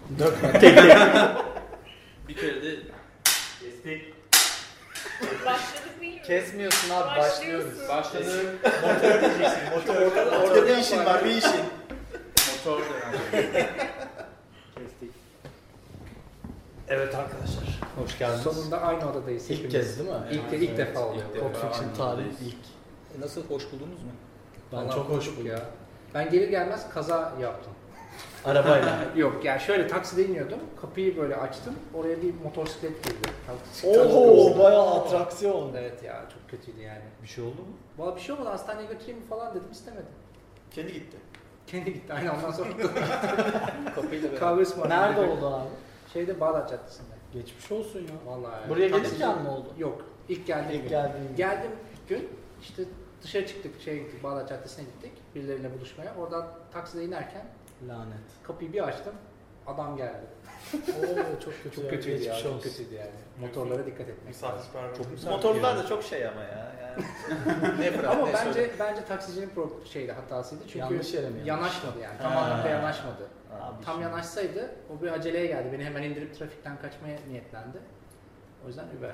4 madde. Bir kere de Kestik. Başladık değil mi? Kesmiyorsun abi, başlıyoruz. başladı. Motor diyeceksin. Motor. Orada bir işin var, bir işin. Motor da Kestik. Evet arkadaşlar. Hoş geldiniz. Sonunda aynı odadayız. İlk hepimiz. kez değil mi? İlk defa oluyor. Pulp Fiction tarihi ilk. Nasıl, hoş buldunuz mu? Ben Vallahi çok hoş bulduk buldum. ya. Ben gelir gelmez kaza yaptım. Arabayla. Yok yani şöyle takside iniyordum. Kapıyı böyle açtım. Oraya bir motosiklet girdi. Oho, bayağı atraksiyon. Evet ya, çok kötüydü yani. Bir şey oldu mu? Valla bir şey olmadı, hastaneye götüreyim mi falan dedim, istemedim. Kendi gitti. Kendi gitti aynen, ondan sonra Kapıyla beraber. kahve ısmarladı. Nerede oldu abi? Şeyde, Bağdat Caddesi'nde. Geçmiş olsun ya. Vallahi yani. Buraya Taksici- gelirken mi oldu? Yok. İlk geldiğim İlk gün. geldiğim gün. Geldim ilk gün, işte dışarı çıktık, şeye gittik, Bağdat Caddesi'ne gittik. Birileriyle buluşmaya. Oradan takside inerken Lanet. kapıyı bir açtım. Adam geldi. Oo, çok kötü. Çok kötüydü ya, Geçmiş çok olsun. kötüydü yani. Motorlara dikkat etmek lazım. Misafirperver. Çok misafir Motorlular yani. da çok şey ama ya. Yani. ne bırak Ama ne bence söyle. taksicinin hatasıydı çünkü Yanlış yere mi yanaşmadı yani. Tam Ha. anlamda yanaşmadı. Abi Tam şimdi- yanaşsaydı o bir aceleye geldi. Beni hemen indirip trafikten kaçmaya niyetlendi. O yüzden Uber.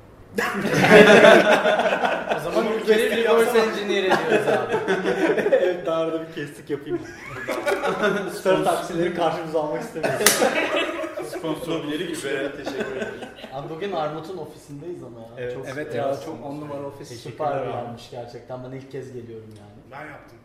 O zaman Uber'i reverse engineer ediyoruz abi. Evet, daha arada bir kestik yapayım. Star taksileri karşımıza almak istemiyoruz. Sponsorları gibi. Teşekkür ederim. Abi bugün Armut'un ofisindeyiz ama ya. Evet. Çok, Evet ya, çok 10 numara ofis. süper bir yermiş gerçekten. Ben ilk kez geliyorum yani. Ben yaptım.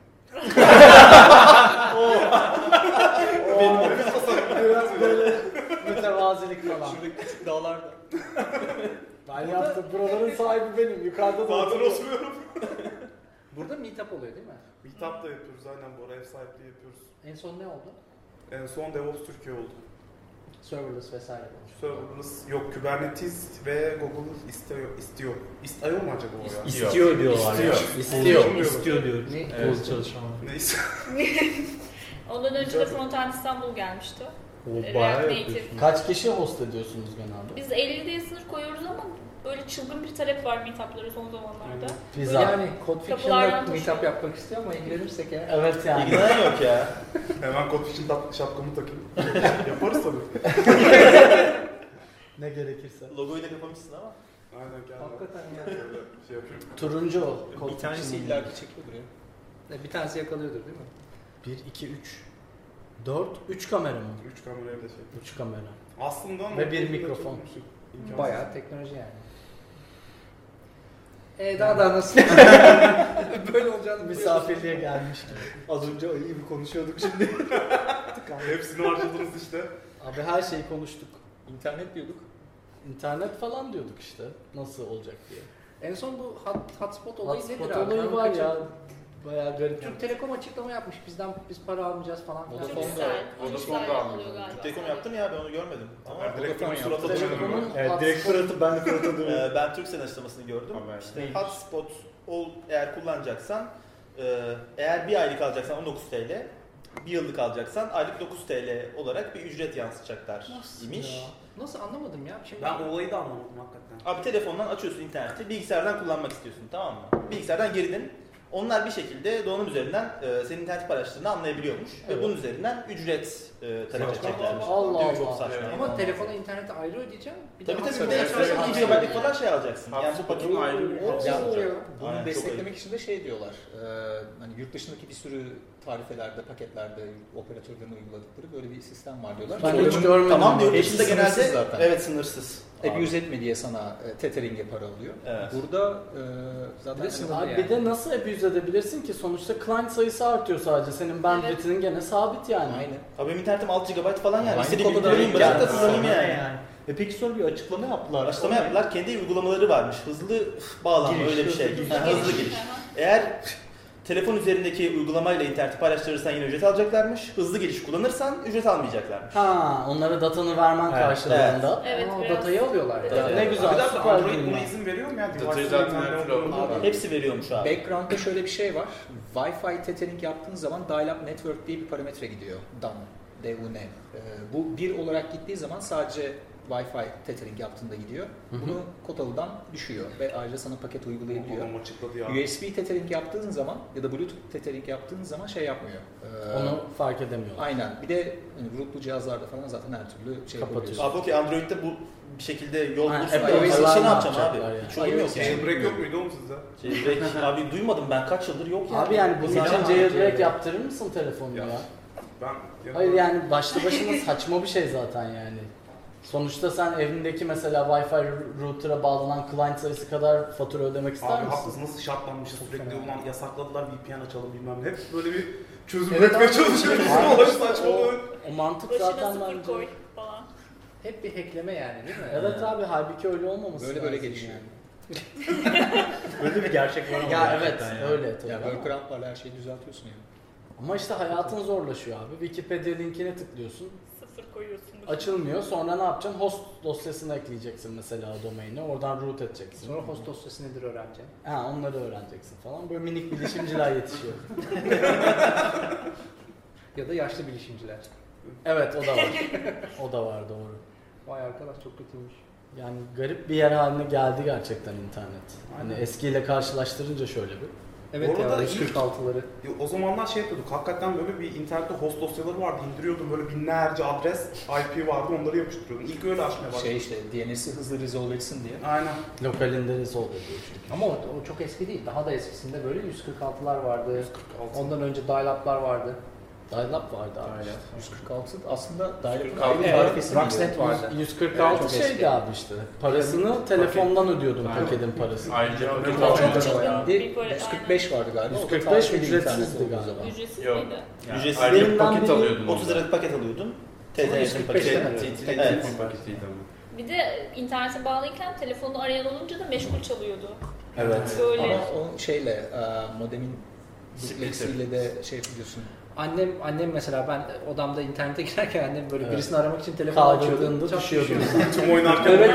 Benim biraz böyle mütevazilik falan. Şuradaki küçük dağlarda. Ben yaptım. Buraların sahibi benim. Yukarıda da Zaten oturuyorum. oturuyorum. Burada meetup oluyor değil mi? Meetup da yapıyoruz aynen, bu ara ev sahipliği yapıyoruz. En son ne oldu? En son DevOps Türkiye oldu. Serverless vesaire. Serverless yok, Kubernetes ve Google istiyor. İstiyor mu acaba o ya? İstiyor diyorlar ya. İstiyor. İstiyor diyor. Ne? Evet, çalışanlar. Neyse. Ondan önce de Frontend İstanbul gelmişti. O React bayağı Native. yapıyorsun. Kaç kişi host ediyorsunuz genelde? Biz 50 diye sınır koyuyoruz ama böyle çılgın bir talep var meetup'lara son zamanlarda. Pizza. Yani Code Kapılardan Fiction'da meetup taşıyor. yapmak istiyor ama ilgilenirsek ya. Evet yani. İlgilenen yok ya. Hemen Codefiction şapkamı takayım. Yaparız tabii. Ne gerekirse. Logoyu da kapamışsın ama. Aynen, gel. Hakikaten ya. Şöyle şey yapıyorum. Turuncu o. Bir tanesi illaki çekiyordur ya. Bir tanesi yakalıyordur değil mi? 1, 2, 3. 4, 3 kamera mı? 3 kamerayla da şey. 3 kamera. Aslında ama Ve bir mikrofon. İmkansız. Bayağı teknoloji yani. Daha nasıl? Böyle olacağını Misafirliğe gelmiş gibi. Az önce ayı gibi konuşuyorduk şimdi. Hepsini harcadınız işte. Abi her şeyi konuştuk. İnternet diyorduk. İnternet falan diyorduk işte. Nasıl olacak diye. En son bu hotspot olayı nedir Hotspot abi? olayı Ben var ya. kaçırdım. Bayağı garip. Türk Telekom açıklama yapmış. Biz para almayacağız falan. filan. Vodafone Çok da- güzel. Vodafone da 13 tane almıyor. oluyor galiba. Telekom yaptım ya, ben onu görmedim. Ama direkt Vodafone surata yaptı. dönüyorum. Telekom'un Evet, direkt Fırat'ı, ben de Fırat'a dönüyorum. Ben Turkcell açıklamasını gördüm. Haber. İşte hotspot eğer kullanacaksan, eğer bir aylık alacaksan 19 TL, bir yıllık alacaksan aylık 9 TL olarak bir ücret yansıtacaklar Nasıl imiş. ya? Nasıl anlamadım ya? Şimdi Ben o olayı da anlamadım hakikaten. Abi telefondan açıyorsun interneti, bilgisayardan kullanmak istiyorsun, tamam mı? Bilgisayardan girdin. Onlar bir şekilde donanım üzerinden senin internet paylaştığını anlayabiliyormuş. Evet. Ve bunun üzerinden ücret talep edeceklermiş. Allah Değil mi? Çok Allah. saçma. ama telefona, internete ayrı ödeyeceğim. Bir Tabii de tabii, bir de hotspot ekstra açarsan 2 GB'lik falan şey alacaksın. Yani bu Hotspot'un paketin ayrı bir Oo, Yalnız ya. bunu Aynen, çok desteklemek için de şey diyorlar. Hani yurt dışındaki bir sürü tarifelerde, paketlerde operatörlerin uyguladıkları böyle bir sistem var diyorlar. Ben Sorunun- hiç görmedim. Tamam diyor, Hepsi dışında genelde sınırsız zaten. evet sınırsız. Abuse etme diye sana tethering'e para alıyor. Evet. Burada zaten Bir de hani- Abi bir de nasıl abuse edebilirsin ki? Sonuçta client sayısı artıyor sadece. Senin bandwidth'in gene sabit yani. aynen. Abi benim internetim 6 GB falan yani. Aynı İstediğim konuda indireyim, değil bırak da yani. kullanayım yani. Peki sonra bir açıklama yaptılar. Açıklama yaptılar, kendi uygulamaları varmış. Hızlı bağlanma, Giriş, öyle bir şey. hızlı Ha, hızlı giriş. Eğer telefon üzerindeki uygulamayla interneti paylaştırırsan yine ücret alacaklarmış. Hızlı giriş kullanırsan ücret almayacaklarmış. Ha, onlara datanı vermen Evet. karşılığında. Evet, Ama o biraz. datayı alıyorlar. Evet. Yani. Ne Evet. güzel, Bir dakika, süper Android değil buna mi? izin veriyor mu ya? Datayı Device'ların zaten ne her türlü olduğunu- alıyor. Hepsi veriyormuş abi. Background'da şöyle bir şey var. Wi-Fi tethering yaptığın zaman dial-up network diye bir parametre gidiyor. DUN. DUN. Bu 1 olarak gittiği zaman sadece Wi-Fi tethering yaptığında gidiyor. Bunu Kotalı'dan düşüyor ve ayrıca sana paket uygulayabiliyor. Babam açıkladı ya. USB tethering yaptığın zaman ya da Bluetooth tethering yaptığın zaman şey yapmıyor. Onu fark edemiyor. Aynen. Bir de hani rootlu cihazlarda falan zaten her türlü şey Kapatıyor. yapabiliyorsun. Abi okey, Android'de bu bir şekilde yol Ha, bulsun da Apple'ın iOS'e ne ne yapacağım abi? yapacaklar yani? Hiç olur yok yani. Jailbreak yok muydu oğlum sizde? Jailbreak abi duymadım ben, kaç yıldır yok yani. Abi yani bunun Zaten için jailbreak yaptırır mısın telefonunu ya? Ben Hayır yani başlı başına saçma bir şey zaten yani. Sonuçta sen evindeki mesela Wi-Fi router'a bağlanan client sayısı kadar fatura ödemek ister Abi misin? haklısın, nasıl şartlanmışız sürekli, ulan yasakladılar VPN açalım bilmem ne. Hep böyle bir çözüm Evet üretmeye abi. çalışıyoruz. Abi, Bizim saçma oluyor. o mantık Başına zaten sıfır bence. koy falan. Hep bir hackleme yani değil mi? Evet abi halbuki öyle olmaması Böyle lazım gelişiyor. yani. Böyle bir gerçek var ama. Ya evet gerçekten yani. öyle tabii. Ya ama. workaround'larla her şeyi düzeltiyorsun yani. Ama işte hayatın zorlaşıyor abi. Wikipedia linkine tıklıyorsun. Sıfır koyuyorsun. Açılmıyor. Sonra ne yapacaksın? Host dosyasını ekleyeceksin mesela o domaini. Oradan root edeceksin. Sonra host dosyası nedir öğreneceksin. Ha, onları öğreneceksin falan. Böyle minik bilişimciler yetişiyor. Ya da yaşlı bilişimciler. Evet o da var. O da var doğru. Vay arkadaş çok kötüymüş. Yani garip bir yer haline geldi gerçekten internet. Hani eskiyle karşılaştırınca şöyle bir. Evet Bu ya arada 146'ları. O zamanlar şey yapıyorduk, hakikaten böyle bir internette host dosyaları vardı, indiriyordum, böyle binlerce adres, IP vardı, onları yapıştırıyordum. İlk öyle açmaya başladım. Şey işte DNS'i hızlı resolve etsin diye. Aynen. Lokalinde resolve ediyor çünkü. Ama o çok eski değil. Daha da eskisinde böyle 146'lar vardı. 146. Ondan önce dial-up'lar vardı. Dial-up vardı abi. Aynen. 146 aslında daire 146 bir Evet, tarifesi Roxnet vardı. 146 Evet, çok şeydi eski. abi işte. Parasını telefondan ödüyordun Aynen. paketin parasını. Ayrıca Çok paket çok alacağım. Çok çılgın Bir bir böyle. 145 vardı galiba. O da 145 tarifeli ücretsizdi internet olduğu galiba. zaman. Ücretsiz Yok. miydi? Ücretsiz Ayrıca değil. paket Biri alıyordun 30 orada. liralık paket alıyordun. TT 145 paketi. değil mi? Evet. Telefon paketiydi ama. Bir de internete bağlıyken telefonu arayan olunca da meşgul çalıyordu. Evet. Böyle. Ama o şeyle modemin duplexiyle de şey yapıyorsun. Annem mesela ben odamda internete girerken annem böyle Evet. birisini aramak için telefonu açıyordu. Kaldırdığında Çok düşüyordu. Tüm oynarken Evet.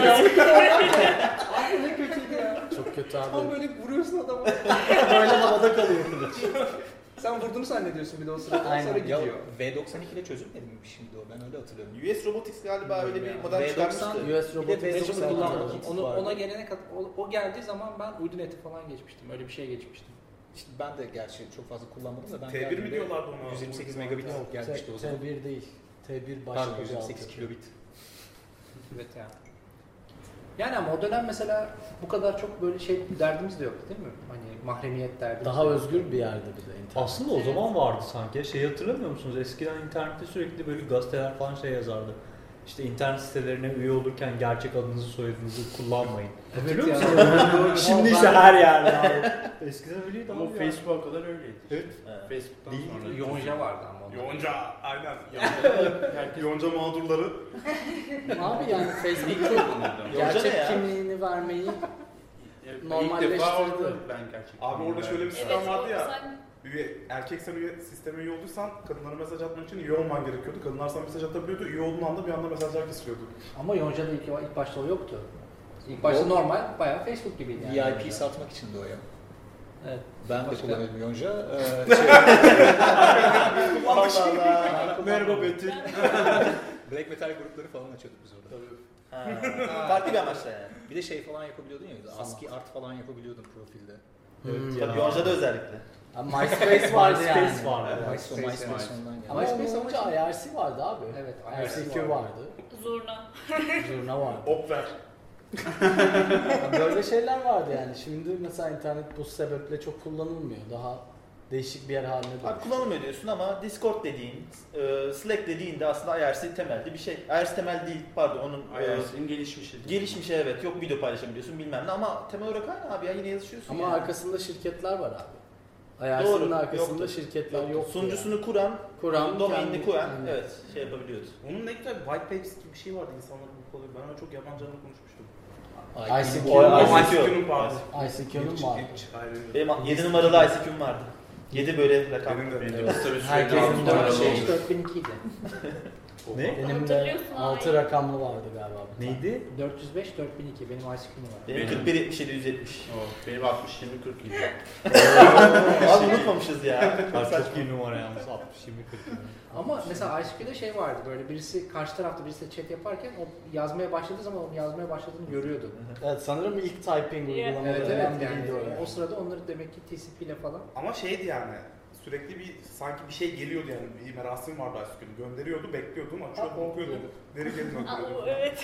Abi ne kötüydü ya. Çok kötü Tam abi. böyle vuruyorsun adamı. Böyle havada kalıyor kılıç. Sen vurduğunu zannediyorsun bir de o sırada. Aynen. Sonra Ya gidiyor. V92 ile çözülmedi mi şimdi o? Ben öyle hatırlıyorum. US Robotics galiba öyle bir model V90 çıkarmıştı. US Bir de Robotics V90 Hiç çok kullanmadım. kit Onu, vardı. ona gelene kadar o geldiği zaman ben uyduneti falan geçmiştim. Öyle bir şey geçmiştim. İşte ben de gerçi çok fazla kullanmadım da ben T1 mi geldiğimde diyorlardı ona? 128 megabit gelmişti o zaman. T1 değil. T1 Pardon başka bir 128 altyapı. kilobit. Evet yani. Yani ama o dönem mesela bu kadar çok böyle şey derdimiz de yoktu değil mi? Hani mahremiyet derdimiz Daha de yoktu. özgür bir yerde bir de internet. Aslında o zaman vardı sanki. Şey hatırlamıyor musunuz? Eskiden internette sürekli böyle gazeteler falan şey yazardı. İşte internet sitelerine üye olurken gerçek adınızı soyadınızı kullanmayın. Hatırlıyor ya. musunuz? Şimdi ise her yerde abi. Eskiden öyleydi Ama abi. ya. Facebook'a kadar öyleydi. Evet. Facebook'tan Değil. sonra. Yonca vardı ama ondan. Yonca, aynen. Yonca mağdurları. Abi yani Facebook gerçek kimliğini vermeyi normalleştirdi. Ben gerçekten. Abi orada şöyle bir Evet, sistem vardı ya. sen Üye, erkeksen üye sisteme üye olduysan kadınlara mesaj atmak için üye olman gerekiyordu. Kadınlar sana mesaj atabiliyordu. Üye olduğun anda bir anda mesajlar kesiliyordu. Ama Yonca'da ilk başta o yoktu. İlk başta normal bayağı Facebook gibiydi yani. VIP satmak için de o ya. Evet. Ben de Başka? kullanıyordum Yonca. Allah Allah. Merhaba Betül. Black metal grupları falan açıyorduk biz orada. Ha, farklı bir amaçla yani. Bir de şey falan yapabiliyordun ya, ASCII art falan yapabiliyordun profilde. Evet Tabii Yonca'da özellikle. Ha, MySpace vardı yani. MySpace vardı. MySpace MySpace ondan geldi. Ama MySpace ondan önce ama IRC vardı abi. Evet, IRC vardı. zurna. Zurna vardı. Opfer. Ya böyle şeyler vardı yani. Şimdi mesela internet bu sebeple çok kullanılmıyor. Daha değişik bir yer haline Abi dönüştü. kullanılmıyor diyorsun ama Discord dediğin, Slack dediğin de aslında IRC temelli bir şey. IRC temel değil, pardon onun IRC'nin gelişmişi. gelişmiş evet. Yok video paylaşabiliyorsun bilmem ne ama temel olarak aynı abi ya yine yazışıyorsun. Ama yani. arkasında şirketler var abi. Doğru, IRC'nin arkasında yoktu. şirketler Yoktu. yok. Sunucusunu kuran, domainini kendi- kuran Aynen. evet şey yapabiliyordu. Onun ne güzel white papers gibi bir şey vardı insanların bu konuda. Ben öyle çok yabancılarla konuşmuştum. ICQ. ICQ. pardon. ICQ'nun var. Benim 7 numaralı ICQ'm vardı. 7 böyle rakam. Benim de. Benim de tabii Herkesin sürekli dört numaralı şey oldu. Şey 4002 idi. Ne? Benim de Hatırlıyorsun 6 abi. rakamlı vardı galiba. bir tane. Neydi? 405 4002 benim ICQ'm var. Benim Benim- 41 7770. Benim 60 20 40 gibi. Abi unutmamışız ya. Abi çok iyi numara yalnız 60 20 40. Ama mesela ICQ'da şey vardı böyle birisi karşı tarafta birisi chat yaparken o yazmaya başladığı zaman onun yazmaya başladığını görüyordu. Evet sanırım ilk typing Evet, uygulamalarından yani biriydi o yani. o sırada onları demek ki TCP ile falan. Ama şeydi yani sürekli bir sanki bir şey geliyordu yani bir merasim vardı ICQ'da gönderiyordu bekliyordum açıyordum Ha, okuyordum. okuyorduk. Veri geri Aa, döndürüyordum. evet.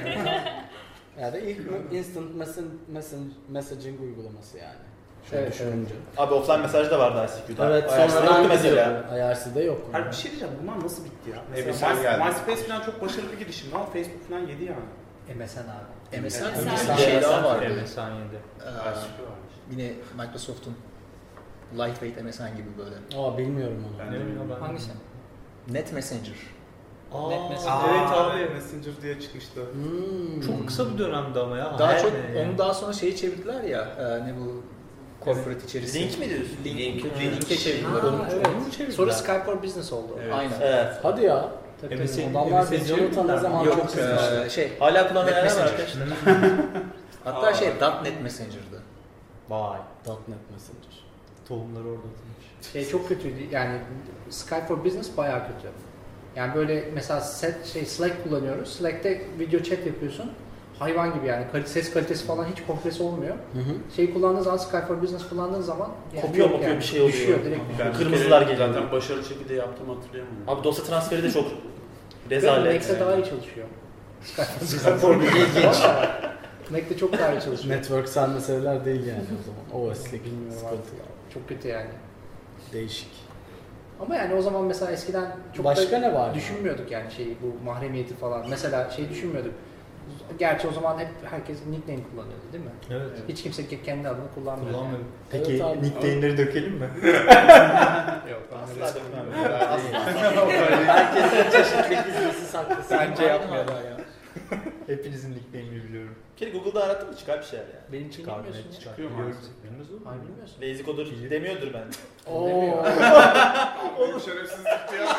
Yani ilk instant messaging uygulaması yani. Şöyle Evet, düşününce. Abi offline mesaj da vardı ICQ'da. Evet IRC'de sonradan yoktu mesela. mesela. IRC'de yok. Hayır bir şey diyeceğim bunlar nasıl bitti ya? MSN Mesela geldi. MySpace falan çok başarılı bir girişim ama Facebook falan yedi yani. MSN abi. MSN MSN. bir şey daha vardı. MSN 7. ICQ varmış. Yine Microsoft'un lightweight MSN gibi böyle. Aa bilmiyorum onu. Ben de bilmiyorum. Hangisi? Net Messenger. Aa, Messenger. evet abi. Messenger diye çıkmıştı. Çok kısa bir dönemdi ama ya. Daha Yani çok yani. onu daha sonra şeyi çevirdiler ya ne bu corporate içerisinde. Link mi diyorsun? Link'e çevirdiler Ha, onu. evet. Onu mu çevirdiler? Sonra Skype for Business oldu. Evet. Aynen. Evet. Hadi ya. Tabii, MSN tabii. Adamlar MSN vizyonu tanıdığı çevirdiler zaman mi? Yok çok kızmışlar. hala kullanmayan Net var Messenger. arkadaşlar. Hatta Aa. şey .NET Messenger'dı. Vay. .NET Messenger. Tohumları orada atılmış. Şey çok kötüydü yani Skype for Business bayağı kötü. Yani böyle mesela Slack kullanıyoruz. Slack'te video chat yapıyorsun. Hayvan gibi yani ses kalitesi falan hiç kompresi olmuyor. Hı hı. Şey kullandığın zaman Skype for Business kullandığın zaman yani Kopuyor, yok bir şey oluyor. Düşüyor direkt. Ben Kırmızılar bir kere geliyor. Zaten başarılı şekilde yaptım hatırlayamıyorum. Abi dosya transferi de çok Ve rezalet. Mac'te daha iyi çalışıyor. Skype for Business. Mac'te çok daha iyi çalışıyor. Networksel meseleler değil yani o zaman. OS'lik Bilmiyorum sıkıntı. artık. Çok kötü yani. Değişik. Ama yani o zaman mesela eskiden çok Başka da ne var? düşünmüyorduk yani şeyi bu mahremiyeti falan. Mesela şey düşünmüyorduk. Gerçi o zaman hep herkes nickname kullanıyordu değil mi? Evet. Hiç kimse kendi adını kullanmıyor. Kullanmıyorum. Evet Peki abi. nickname'leri dökelim mi? Yok. Asla dökmem. Herkesin çeşitli gizlisi saklısı. Bence yapmıyorlar ya. Hepinizin nickname'ini biliyorum. Bir kere Google'da arattım mı çıkar bir şeyler yani. Benim için Çıkar, bilmiyorsun net ya. çıkar. Çıkıyor mu Biliyoruz. artık? Bilmez olur mu? Hayır bilmiyorsun. Lazy coder demiyordur ben. Ooo. Oğlum şerefsizlikti ya.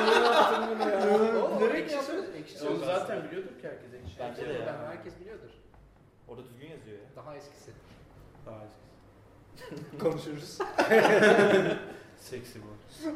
Nereye gidiyorsun? Ekşi Onu Sözlük. zaten biliyorduk ki herkes ekşi. Bence de ya. Ben herkes biliyordur. Orada düzgün yazıyor ya. Daha eskisi. Daha eskisi. Konuşuruz. Seksi bu.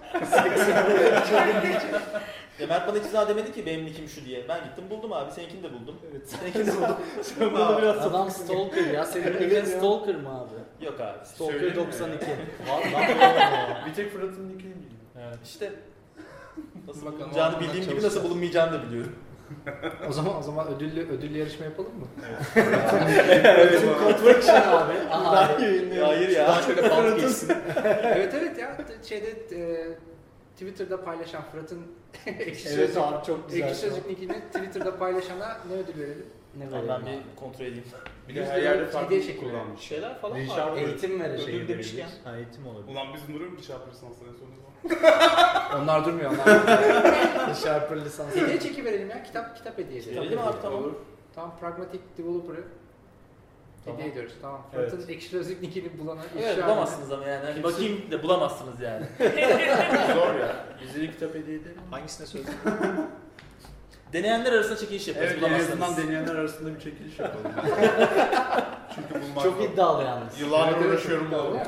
Ya Mert bana hiç daha demedi ki benim nickim şu diye. Ben gittim buldum abi. Seninkini de buldum. Evet. Seninkini de buldum. Adam stalker ya. Senin nickin stalker mı abi? Yok abi. Stalker Söyleyeyim mi? 92. Bir tek Fırat'ın nickini biliyorum. Evet. İşte nasıl Bakalım bulunacağını ondan bildiğim gibi çalışacağız. nasıl bulunmayacağını da biliyorum. O zaman ödüllü yarışma yapalım mı? Bütün contraction abi. Aha. Hayır ya. Daha şöyle bant geçsin. evet ya şeyde Twitter'da paylaşan Fırat'ın ekşi Evet sözlük, abi çok güzel. ekşi sözlük nickini Twitter'da paylaşana ne ödül verelim? Ne Tamam, vereyim ben abi? bir kontrol edeyim. Bir de Yüzde her yerde dört farklı hediye çekiyor. kullanmış. Şeyler falan var. Richard Eğitim verelim. şey demişken. demişken. Ha eğitim olabilir. Ulan biz duruyor mu ki şartları lisansları en sonunda? Onlar durmuyor onlar. Sharper lisans. Hediye çeki verelim ya kitap hediyesi. Verelim abi tamam. Tamam Pragmatic Developer'ı Tamam. hediye ediyoruz. Tamam. Evet. Fırat'ın ekşi sözlük nickini bulana Evet ifşa bulamazsınız ama yani. Hani bakayım da bulamazsınız yani. Zor ya. Bize de kitap hediye edelim. Hangisine söyledin? Deneyenler arasında çekiliş yaparız Evet en azından bulamazsanız. deneyenler arasında bir çekiliş yapalım. Çünkü bulmak Çok zor. iddialı yalnız. Yıllardır Evet, uğraşıyorum bu evet, oğlum.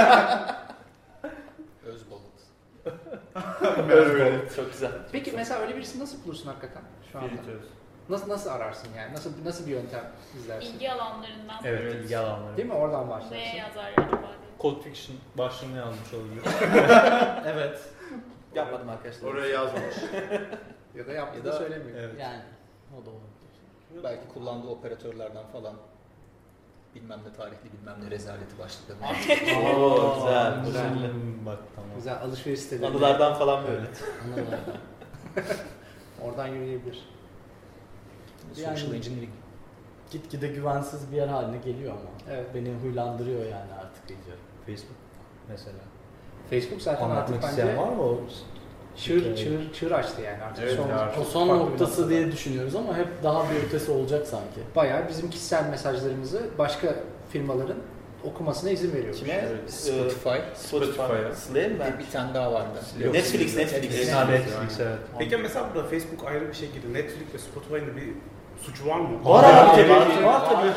Özbalıt. Evet, çok güzel. Peki mesela öyle birisini nasıl bulursun hakikaten şu anda? Fritöz. Nasıl ararsın yani? Nasıl bir yöntem izlersin? İlgi alanlarından. Evet, Evet. ilgi alanları. Değil mi? Oradan Ne başlarsın. yazar acaba diye. Code Fiction başlığını yazmış olabilir. Evet. Yapmadım arkadaşlar. Oraya yazmamış. Ya da yaptığı Ya da da- söylemiyor. Evet. Yani o da olabilir. Belki kullandığı operatörlerden falan bilmem ne tarihli bilmem ne rezaleti başlıklarını. Oo güzel. Güzel. Güzel. Bak tamam. Güzel alışveriş siteleri. Anılardan falan böyle. Anılardan. Oradan yürüyebilir. Yani- Social engineering. Gitgide güvensiz bir yer haline geliyor ama. Evet. Beni huylandırıyor yani artık iyice. Facebook mesela. Facebook zaten artık Anlatmak isteyen bence var mı o? çığır açtı yani artık. Evet ya, O son farklı bir noktası noktada. diye düşünüyoruz ama hep daha bir ötesi olacak sanki. Bayağı bizim kişisel mesajlarımızı başka firmaların okumasına izin veriyormuş. Kime? Evet. Spotify. Spotify'a. Slay mi? Bir tane daha vardı. Yok. Netflix. Netflix evet. Peki mesela burada Facebook ayrı bir şey girdi. Netflix ve Spotify'ın bir suçu var mı? Var abi tabii. Var tabii.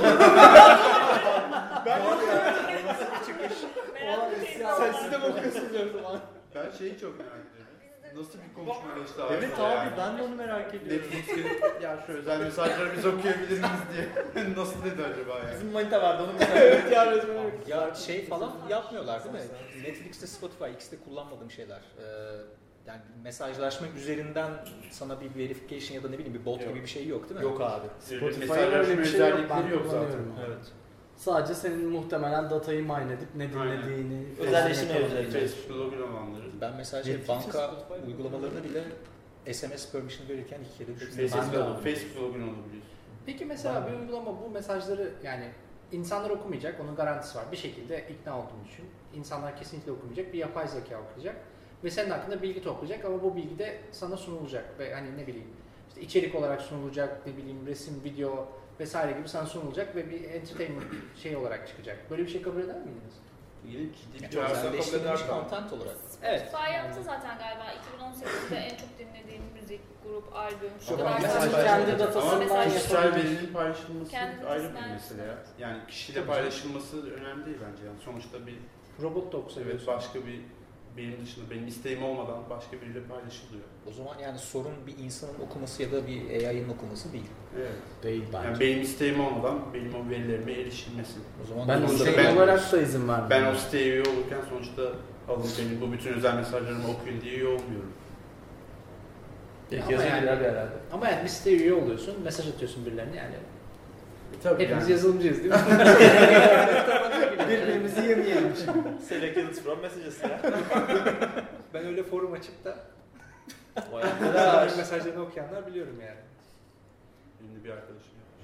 Sen Siz de mi okuyorsunuz o zaman? Ben şeyi çok merak ediyorum. Nasıl bir konuşma geçti abi? Evet abi ben de onu merak ediyorum. Netflix'in ya şu özel mesajları biz okuyabilir miyiz diye. Nasıl dedi acaba yani? Bizim manita vardı onun bir Ya şey falan yapmıyorlar değil mi? Netflix'te Spotify ikisi de kullanmadığım şeyler. Yani mesajlaşma üzerinden sana bir verification ya da ne bileyim bir bot Yok. gibi bir şey yok değil mi? Yok abi. Spotify'ın öyle bir şey yok. Ben yok zaten. kullanıyorum. abi. Evet. Sadece senin muhtemelen datayı mine edip ne Aynen. dinlediğini... Özelleştirme falan özellikle. yapabiliyorsun. Facebook login olanları. Ben mesela şey, Netflix'te banka Spotify uygulamalarında bile SMS permission verirken iki kere düşünüyorum. Facebook login olabiliyorsun. Peki mesela bir uygulama bu mesajları yani insanlar okumayacak, onun garantisi var. Bir şekilde ikna olduğunu düşün. İnsanlar kesinlikle okumayacak, bir yapay zeka okuyacak ve senin hakkında bilgi toplayacak ama bu bilgi de sana sunulacak ve hani ne bileyim işte içerik olarak sunulacak, ne bileyim resim, video vesaire gibi sana sunulacak ve bir entertainment şey olarak çıkacak. Böyle bir şey kabul eder miydiniz? İlginç, ciddi bir Yani cevap özelleştirilmiş content olarak. Evet. Spotify yaptı zaten galiba 2018'de en çok dinlediğim müzik, grup, albüm. Şu Yok, kadar mesaj saçma. kendi Ama datasından mesaj kişisel yapabilir. verinin paylaşılması Kendi ayrı bir datasından mesele ya. yapsın. Yani kişiyle paylaşılması önemli değil bence. Yani sonuçta bir Robot da okusa evet başka bir benim dışında benim isteğim olmadan başka biriyle paylaşılıyor. O zaman yani sorun bir insanın okuması ya da bir AI'nin okuması değil. Evet. Değil bence. Yani benim isteğim olmadan benim o verilerime erişilmesi. O zaman Ben Sonuçta isteğim ben- olarak da izin vermiyorum. Ben o siteye üye olurken sonuçta alın benim bu bütün özel mesajlarımı okuyun diye üye olmuyorum. Ama yani, ama yani bir siteye üye oluyorsun, mesaj atıyorsun birilerine yani. Tabii Hepimiz yani. yazılımcıyız değil mi? Birbirimizi yemeyelim şimdi. Selected from messages ya. Ben öyle forum açıp da Arkadaş. mesajlarını okuyanlar biliyorum yani. Benim de bir arkadaşım yapmış.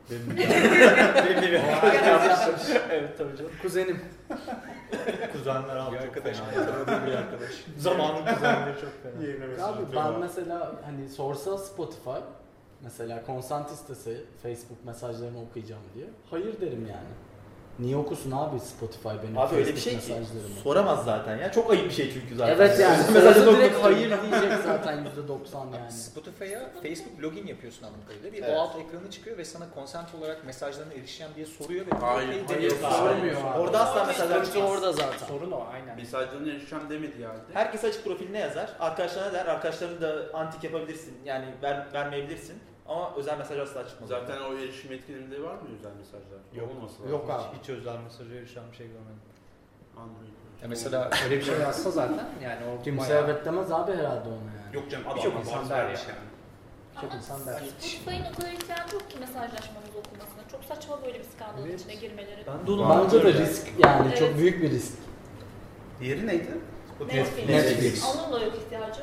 Benim de bir Evet tabii canım. Kuzenim. Kuzenler abi Bir çok arkadaş, fena. tanıdığım bir arkadaş. Zamanın kuzenleri çok fena. Yerine mesaj Abi ben atıyorlar. mesela hani sorsa Spotify mesela consent istese Facebook mesajlarını okuyacağım diye. Hayır derim yani. Niye okusun abi Spotify benim Abi öyle bir Facebook şey ki mesajlarımı? soramaz zaten ya. Çok ayıp bir şey çünkü zaten. Evet yani. Mesajı Sözü direkt okusun. hayır diyecek zaten %90 yani. Spotify'a Facebook login yapıyorsun anladığım kadarıyla. Bir Evet. o alt ekranı çıkıyor ve sana consent olarak mesajlarına erişeceğim diye soruyor ve Hayır, okey hayır, demiyorsun. sormuyor abi. Orada asla mesajlar Sıkıntı çıkmaz. orada zaten. Sorun o aynen. Mesajlarına erişeceğim demediği halde. Herkes açık profiline yazar. Arkadaşlarına der. Arkadaşlarını da antik yapabilirsin. Yani vermeyebilirsin. Ama özel mesaj asla çıkmaz. Zaten o erişim etkinliğinde var mı özel mesajlar? Yok. Olması lazım. Yok abi. Hiç özel mesaja erişen bir şey görmedim. Android. Mesela Öyle bir şey yazsa zaten yani o Kimse bayağı- evet demez abi herhalde ona yani. Yok canım Birçok adamlar insan bazı der vermiş yani. Çok Ama insan der. Spotify'ın o kadar ihtiyacı yok ki mesajlaşmanızı okumasına. Çok saçma böyle bir skandalın Evet. içine girmeleri. Ben de onu Bence de öyle. risk yani Evet. çok büyük bir risk. Diğeri neydi? Netflix. Netflix. Onun da yok ihtiyacı.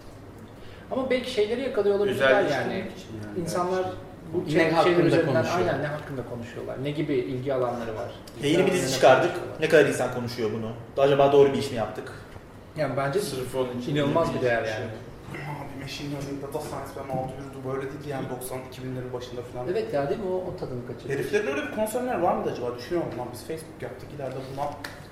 Ama belki şeyleri yakalıyor olabilirler Özelleştirmek yani. için yani. İnsanlar bu Ne şeyler hakkında üzerinden konuşuyor? aynen ne hakkında konuşuyorlar. Ne gibi ilgi alanları var. Yeni bir dizi çıkardık. Ne kadar insan konuşuyor bunu? Acaba doğru bir iş mi yaptık? Yani bence Sırf onun için inanılmaz bir değer şey. yani. Abi machine learning, data science falan altı yürüdü böyle değildi yani 90-2000'lerin başında falan. Evet ya değil mi o tadını kaçırıyor. Heriflerin öyle bir konsernler var mıydı acaba? Düşünüyorum lan biz Facebook yaptık ileride buna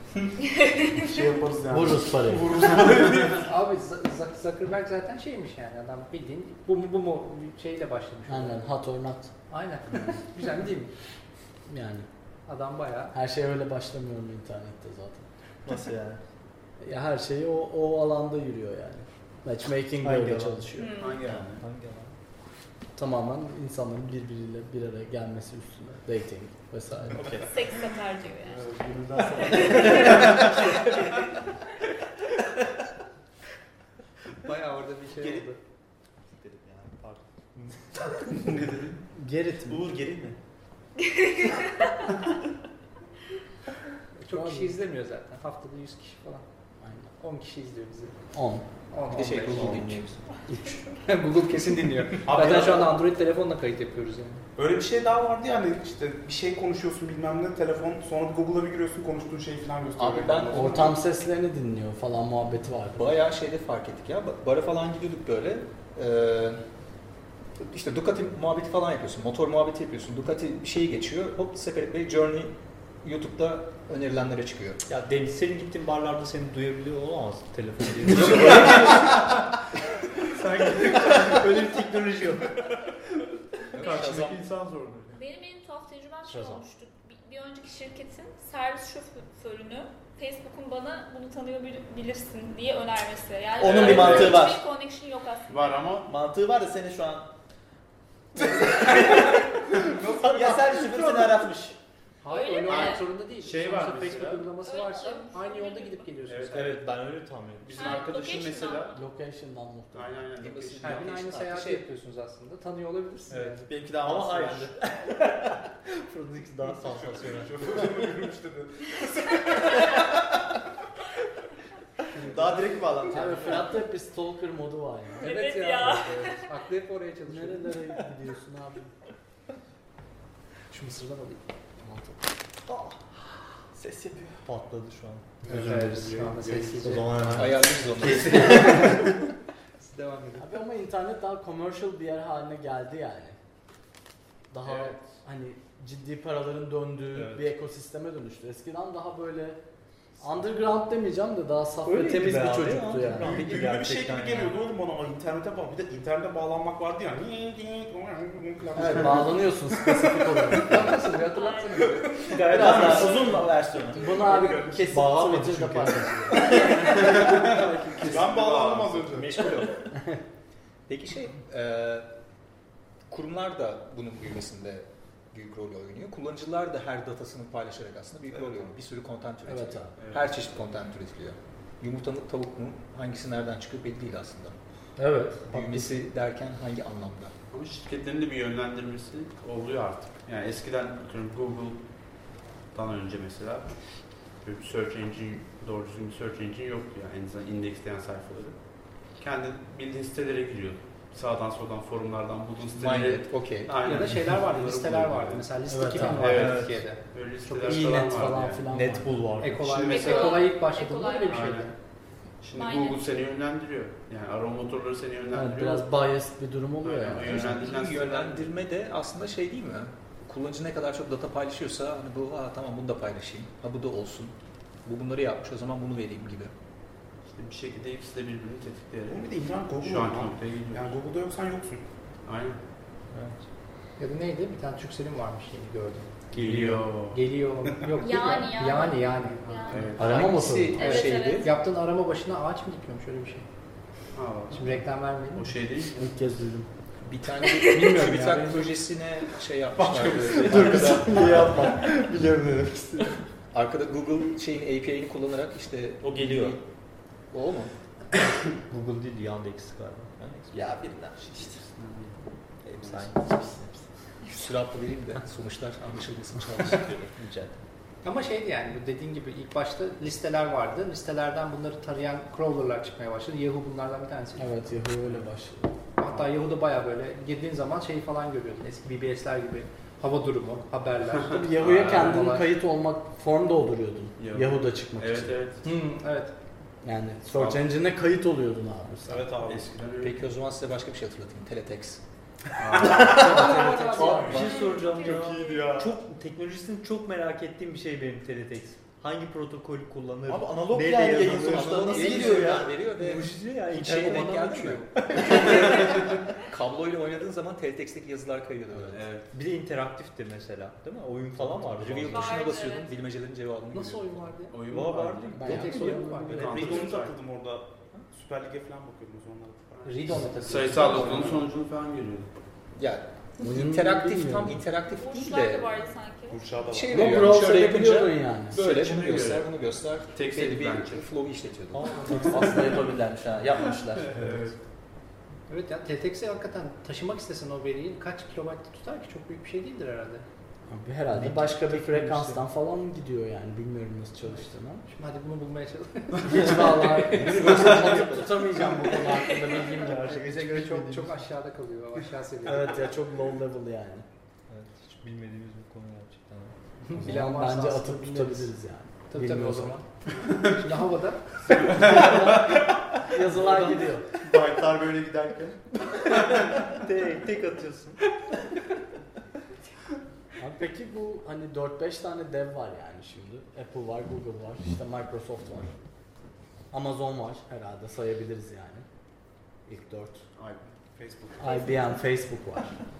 şey yaparız yani. Vururuz parayı. Vururuz. Abi Zuckerberg zaten şeymiş yani adam bildiğin bu mu şeyle başlamış. Aynen hot or not. Aynen. Güzel değil mi? Yani Adam bayağı. her şey öyle başlamıyor mu internette zaten. Nasıl yani? Ya her şey o alanda yürüyor yani. Matchmaking Hangi böyle alan? çalışıyor. Hangi yani? Hangi alan? Tamamen insanların birbiriyle bir araya gelmesi üstüne. Dating vesaire. Okey. Seks satar diyor yani. Günümüzden sonra Bayağı orada bir şey Geri- oldu. Dedim ya. Pardon. Ne dedin? Gerit mi? Uğur geri mi? Çok kişi izlemiyor zaten. Haftada 100 kişi falan. Aynen. 10 kişi izliyor bizi. 10. 10, bir de şey 15. Google dinliyor. Google kesin dinliyor. Abi Zaten ya- şu anda Android telefonla kayıt yapıyoruz yani. Öyle bir şey daha vardı yani işte bir şey konuşuyorsun bilmem ne telefon sonra bir Google'a bir giriyorsun konuştuğun şeyi falan gösteriyor. Abi ben Ortam seslerini dinliyor falan muhabbeti var. Bayağı şeyde fark ettik ya. Bara falan gidiyorduk böyle. İşte Ducati muhabbeti falan yapıyorsun. Motor muhabbeti yapıyorsun. Ducati bir şeyi geçiyor. Hop Sakarit Bey Journey YouTube'da önerilenlere çıkıyor. Ya Deniz, senin gittiğin barlarda seni duyabiliyor olamaz telefon diye. Sanki öyle bir teknoloji yok. Karşındaki insan zorluyor. Benim en tuhaf tecrübem şey Şazam. olmuştu. Bir önceki şirketin servis şoförünü Facebook'un bana bunu tanıyabilirsin diye önermesi. Yani Onun öyle bir mantığı var. Hiçbir connection yok aslında. Var ama Mantığı var da seni şu an... ya servis şoförü seni aratmış. Hayır Öyle öyle mi? olmak zorunda değil. Şey Sonuçta var mesela. Facebook uygulaması Öyle varsa mi? aynı yolda gidip geliyorsunuz. Evet, Evet, ben öyle tahmin ediyorum. bizim Ha, arkadaşım location'dan. mesela... Location'dan muhtemelen. Aynen aynen. Location. Her gün aynı Artı seyahati şey- yapıyorsunuz aslında. Tanıyor olabilirsiniz. Evet. Yani. Benimki daha Ama mantıklı hayır. bence. Product daha sansasyonel. Yürümüş dedi. Daha direkt bir bağlantı. Abi Fırat'ta hep bir stalker modu var ya. Evet ya. Evet. Aklı hep oraya çalışıyor. Nerelere gidiyorsun abi? Şu mısırdan alayım. Ses yapıyor. Patladı şu an. Özür dileriz. Şu anda sessiz. O zaman hemen Ayarlıyoruz onları. Siz devam edin. Abi ama internet daha commercial bir yer haline geldi yani. Daha Evet. hani ciddi paraların döndüğü Evet. bir ekosisteme dönüştü. Eskiden daha böyle underground demeyeceğim de daha saf ve Öyleydi temiz be bir abi, çocuktu underground. yani. Büyülü bir şey Gerçekten gibi yani. geliyordu oğlum bana. Ama internete bağ. Bir de internete bağlanmak vardı ya. Evet bağlanıyorsun spesifik olarak. Nasıl bir hatırlatsana. Biraz daha uzun versiyonu. Bunu abi kesin Bağlamadı Twitter'da çünkü. paylaşıyor. Ben bağlandım az önce. Meşgul ol. Peki kurumlar da bunun büyümesinde büyük rol oynuyor. Kullanıcılar da her datasını paylaşarak aslında büyük rol oynuyor. Bir sürü content üretiliyor. Evet abi. Her çeşit content üretiliyor. Yumurta mı tavuk mu hangisi nereden çıkıyor belli değil aslında. Evet. Büyümesi derken hangi anlamda? Ama şirketlerin de bir yönlendirmesi oluyor artık. Yani eskiden atıyorum Google'dan önce mesela böyle bir search engine, doğru düzgün bir search engine yoktu yani en azından indeksleyen sayfaları. Kendi bildiğin sitelere giriyordun. Sağdan soldan forumlardan bulduğun siteleri. Minded, okey. Aynen. Ya da şeyler vardı, Bunları listeler buluyordu vardı. yani. Mesela liste Evet 2000 abi. vardı Evet. Türkiye'de. Öyle Çok siteler iyi falan net vardı falan yani. filan. Netpool vardı. Ekolay Şimdi mesela. mesela- Ekolay ilk başladığında Ekolay öyle bir var. şeydi. Aynen. Şimdi Aynen. Google seni yönlendiriyor. Yani arama motorları seni Evet, yönlendiriyor. biraz biased bir durum oluyor Aynen, yani. o yönlendirilen Bu siteler- yönlendirme de aslında şey değil mi? Kullanıcı ne kadar çok data paylaşıyorsa hani bu tamam bunu da paylaşayım. Ha bu da olsun. Bu bunları yapmış o zaman bunu vereyim gibi. İşte bir şekilde hepsi de birbirini tetikleyerek. Oğlum bir de internet Google Şu anki var. noktaya geliyor. Yani Google'da yoksan yoksun. Aynen. Ya da neydi? Bir tane Turkcell'in varmış yeni gördüm. Geliyor. Geliyor. Yok değil Yani, mi? yani. Yani. Yani. Evet. Arama Hangisi motoru. Evet, şeydi? evet. Yaptığın arama başına ağaç mı dikiyormuş öyle bir şey. Ha, Şimdi reklam vermeyelim. o şey değil mi? İlk kez duydum. Bir tane Bilmiyorum ya, TÜBİTAK benim- projesine şey yapmışlar. Niye yapma? Biliyorum ne demek istedim. Arkada Google şeyin API'ni kullanarak işte O geliyor. O mu? Google değil, Yandex galiba. Yandex. Ya birinden işte. Hepsi aynı. Süratli vereyim de sonuçlar anlaşılmasın çalışıyor. Rica ederim. Ama şeydi yani bu dediğin gibi ilk başta listeler vardı. Listelerden bunları tarayan crawlerlar çıkmaya başladı. Yahoo bunlardan bir tanesi. Evet Yahoo öyle başladı. Hatta Yahoo'da baya böyle girdiğin zaman şeyi falan görüyordun. Eski BBS'ler gibi hava durumu, haberler. Tabii Yahoo'ya kendin Arabalar. kayıt olmak, form dolduruyordun. Yahoo. Yahoo'da çıkmak Evet için. evet. Evet. Yani search engine'ine kayıt oluyordun abi sen. Evet abi. Eskiden öyle. Peki o zaman size başka bir şey hatırlatayım. Teletext. Abi bir şey soracağım ya. Çok iyiydi ya. Çok teknolojisini çok merak ettiğim bir şey benim Teletext. Hangi protokolü kullanır? Abi analog Nerede yani yayın yazılır? sonuçları nasıl Yeni geliyor ya? sorular veriyor ve Mucize ya. hiç şeye internet denk bana geldin mi? uçuyor. Kabloyla oynadığın zaman Teletext'teki yazılar kayıyordu böyle. Evet. Bir de interaktifti mesela, değil mi? Oyun falan vardı. Reveal Var, tuşuna evet. basıyordun, bilmecelerin cevabını Nasıl görüyordun. oyun vardı ya? Oyun Var, var. vardı. Ben Teletext yaptım. oyunu vardı. Evet. Ridon'u takıldım orada. Süper Lig'e falan bakıyordum o zamanlar. Ridon'la takılıyor. Sayısal lotonun sonucunu falan görüyordum. Yani Oyun interaktif, bilmiyorum. tam interaktif değil Burçlar da de vardı sanki. Burçağı da var. şey Ama veriyor. browser Şöyle yapınca yapıyordun yani. böyle Seçime bunu göster, göre. bunu göster. Tek Belli bir bence. flow'u işletiyordun. Aslında yapabilirlermiş ha. Yapmışlar. Evet. Evet ya Teltex'e hakikaten taşımak istesen o veriyi kaç kilobaytta tutar ki çok büyük bir şey değildir herhalde. Abi herhalde başka bir frekanstan falan gidiyor yani. Bilmiyorum nasıl çalıştığını. Şimdi hadi bunu bulmaya çalış. Hiç vallahi tutamayacağım bu konu hakkında bilgim yok. Bize göre çok aşağıda kalıyor. O aşağı seviyede. Evet ya çok low level yani. Evet, hiç bilmediğimiz bir konu gerçekten. O Bilen zaman varsa bence aslında atıp biliriz. tutabiliriz yani. Tabii o Bilmiyorsam. zaman. Şimdi havada. Yazılar gidiyor. Baytlar böyle giderken. Tek atıyorsun. Abi peki bu hani 4-5 tane dev var yani şimdi. Apple var, Google var, işte Microsoft var. Amazon var herhalde sayabiliriz yani. İlk 4. Facebook. IBM, Facebook var.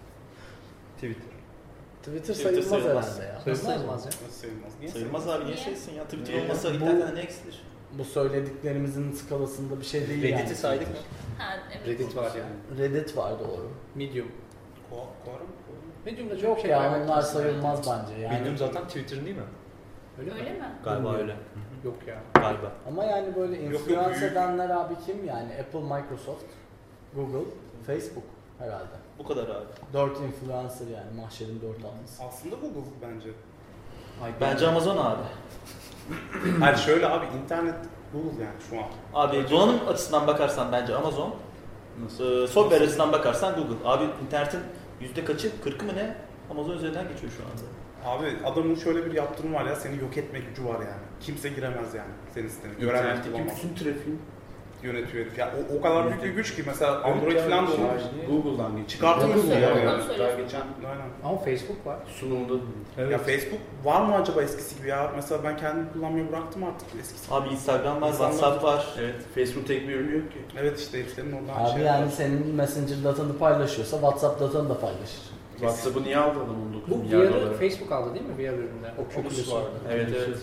Twitter sayılmaz sayılmaz. herhalde ya. Sayılmaz ya. Nasıl sayılmaz? Niye Sayılmaz abi niye Niye? şeysin ya? Twitter Niye? olmasa Bu- internetten ne eksilir? Bu söylediklerimizin skalasında bir şey değil Reddit'i yani. saydık mı? Ha, evet. Reddit var yani. Reddit var doğru. Medium. Quorum? Medium'da çok Yok şey ya var. onlar sayılmaz bence yani. Medium zaten Twitter'ın değil mi? Öyle mi? Öyle mi? Galiba Bilmiyorum. öyle. Yok ya. Galiba. Ama yani böyle yok, influence büyük. edenler abi kim yani? Apple, Microsoft, Google, Facebook herhalde. Bu kadar abi. 4 influencer yani mahşerin 4 altısı. Aslında Google bence. Bence Amazon abi. Hayır şöyle abi internet Google yani şu an. Abi donanım açısından bakarsan bence Amazon. Software açısından bakarsan Google. Abi internetin yüzde kaçı? 40'ı mı ne? Amazon üzerinden geçiyor şu anda. Abi adamın şöyle bir yaptırımı var ya, seni yok etme gücü var yani. Kimse giremez yani senin sitene. Görenler İnternetteki bulamaz. bütün trafiğin Yönetiyor herif. Ya o kadar büyük bir güç ki mesela Android falan da onu Google'dan geçiyor. çıkartamıyorsun Google'dan ya. Google'dan Yani. söylüyorsun. Daha geçen Aynen. Ama Facebook var. sunumda Ya Facebook var mı acaba eskisi gibi ya? Mesela ben kendim kullanmayı bıraktım artık eskisi gibi. Abi Instagram var, İnsanlar- WhatsApp var. evet Facebook tek bir ürünü yok ki. Evet işte heriflerin oradan Abi şey yani var. senin Messenger datanı paylaşıyorsa WhatsApp datanı da paylaşır. WhatsApp'ı niye aldı adam 19 Bu milyar VR'ı dolara? Facebook aldı değil mi? VR üründe. Oculus vardı. Evet evet.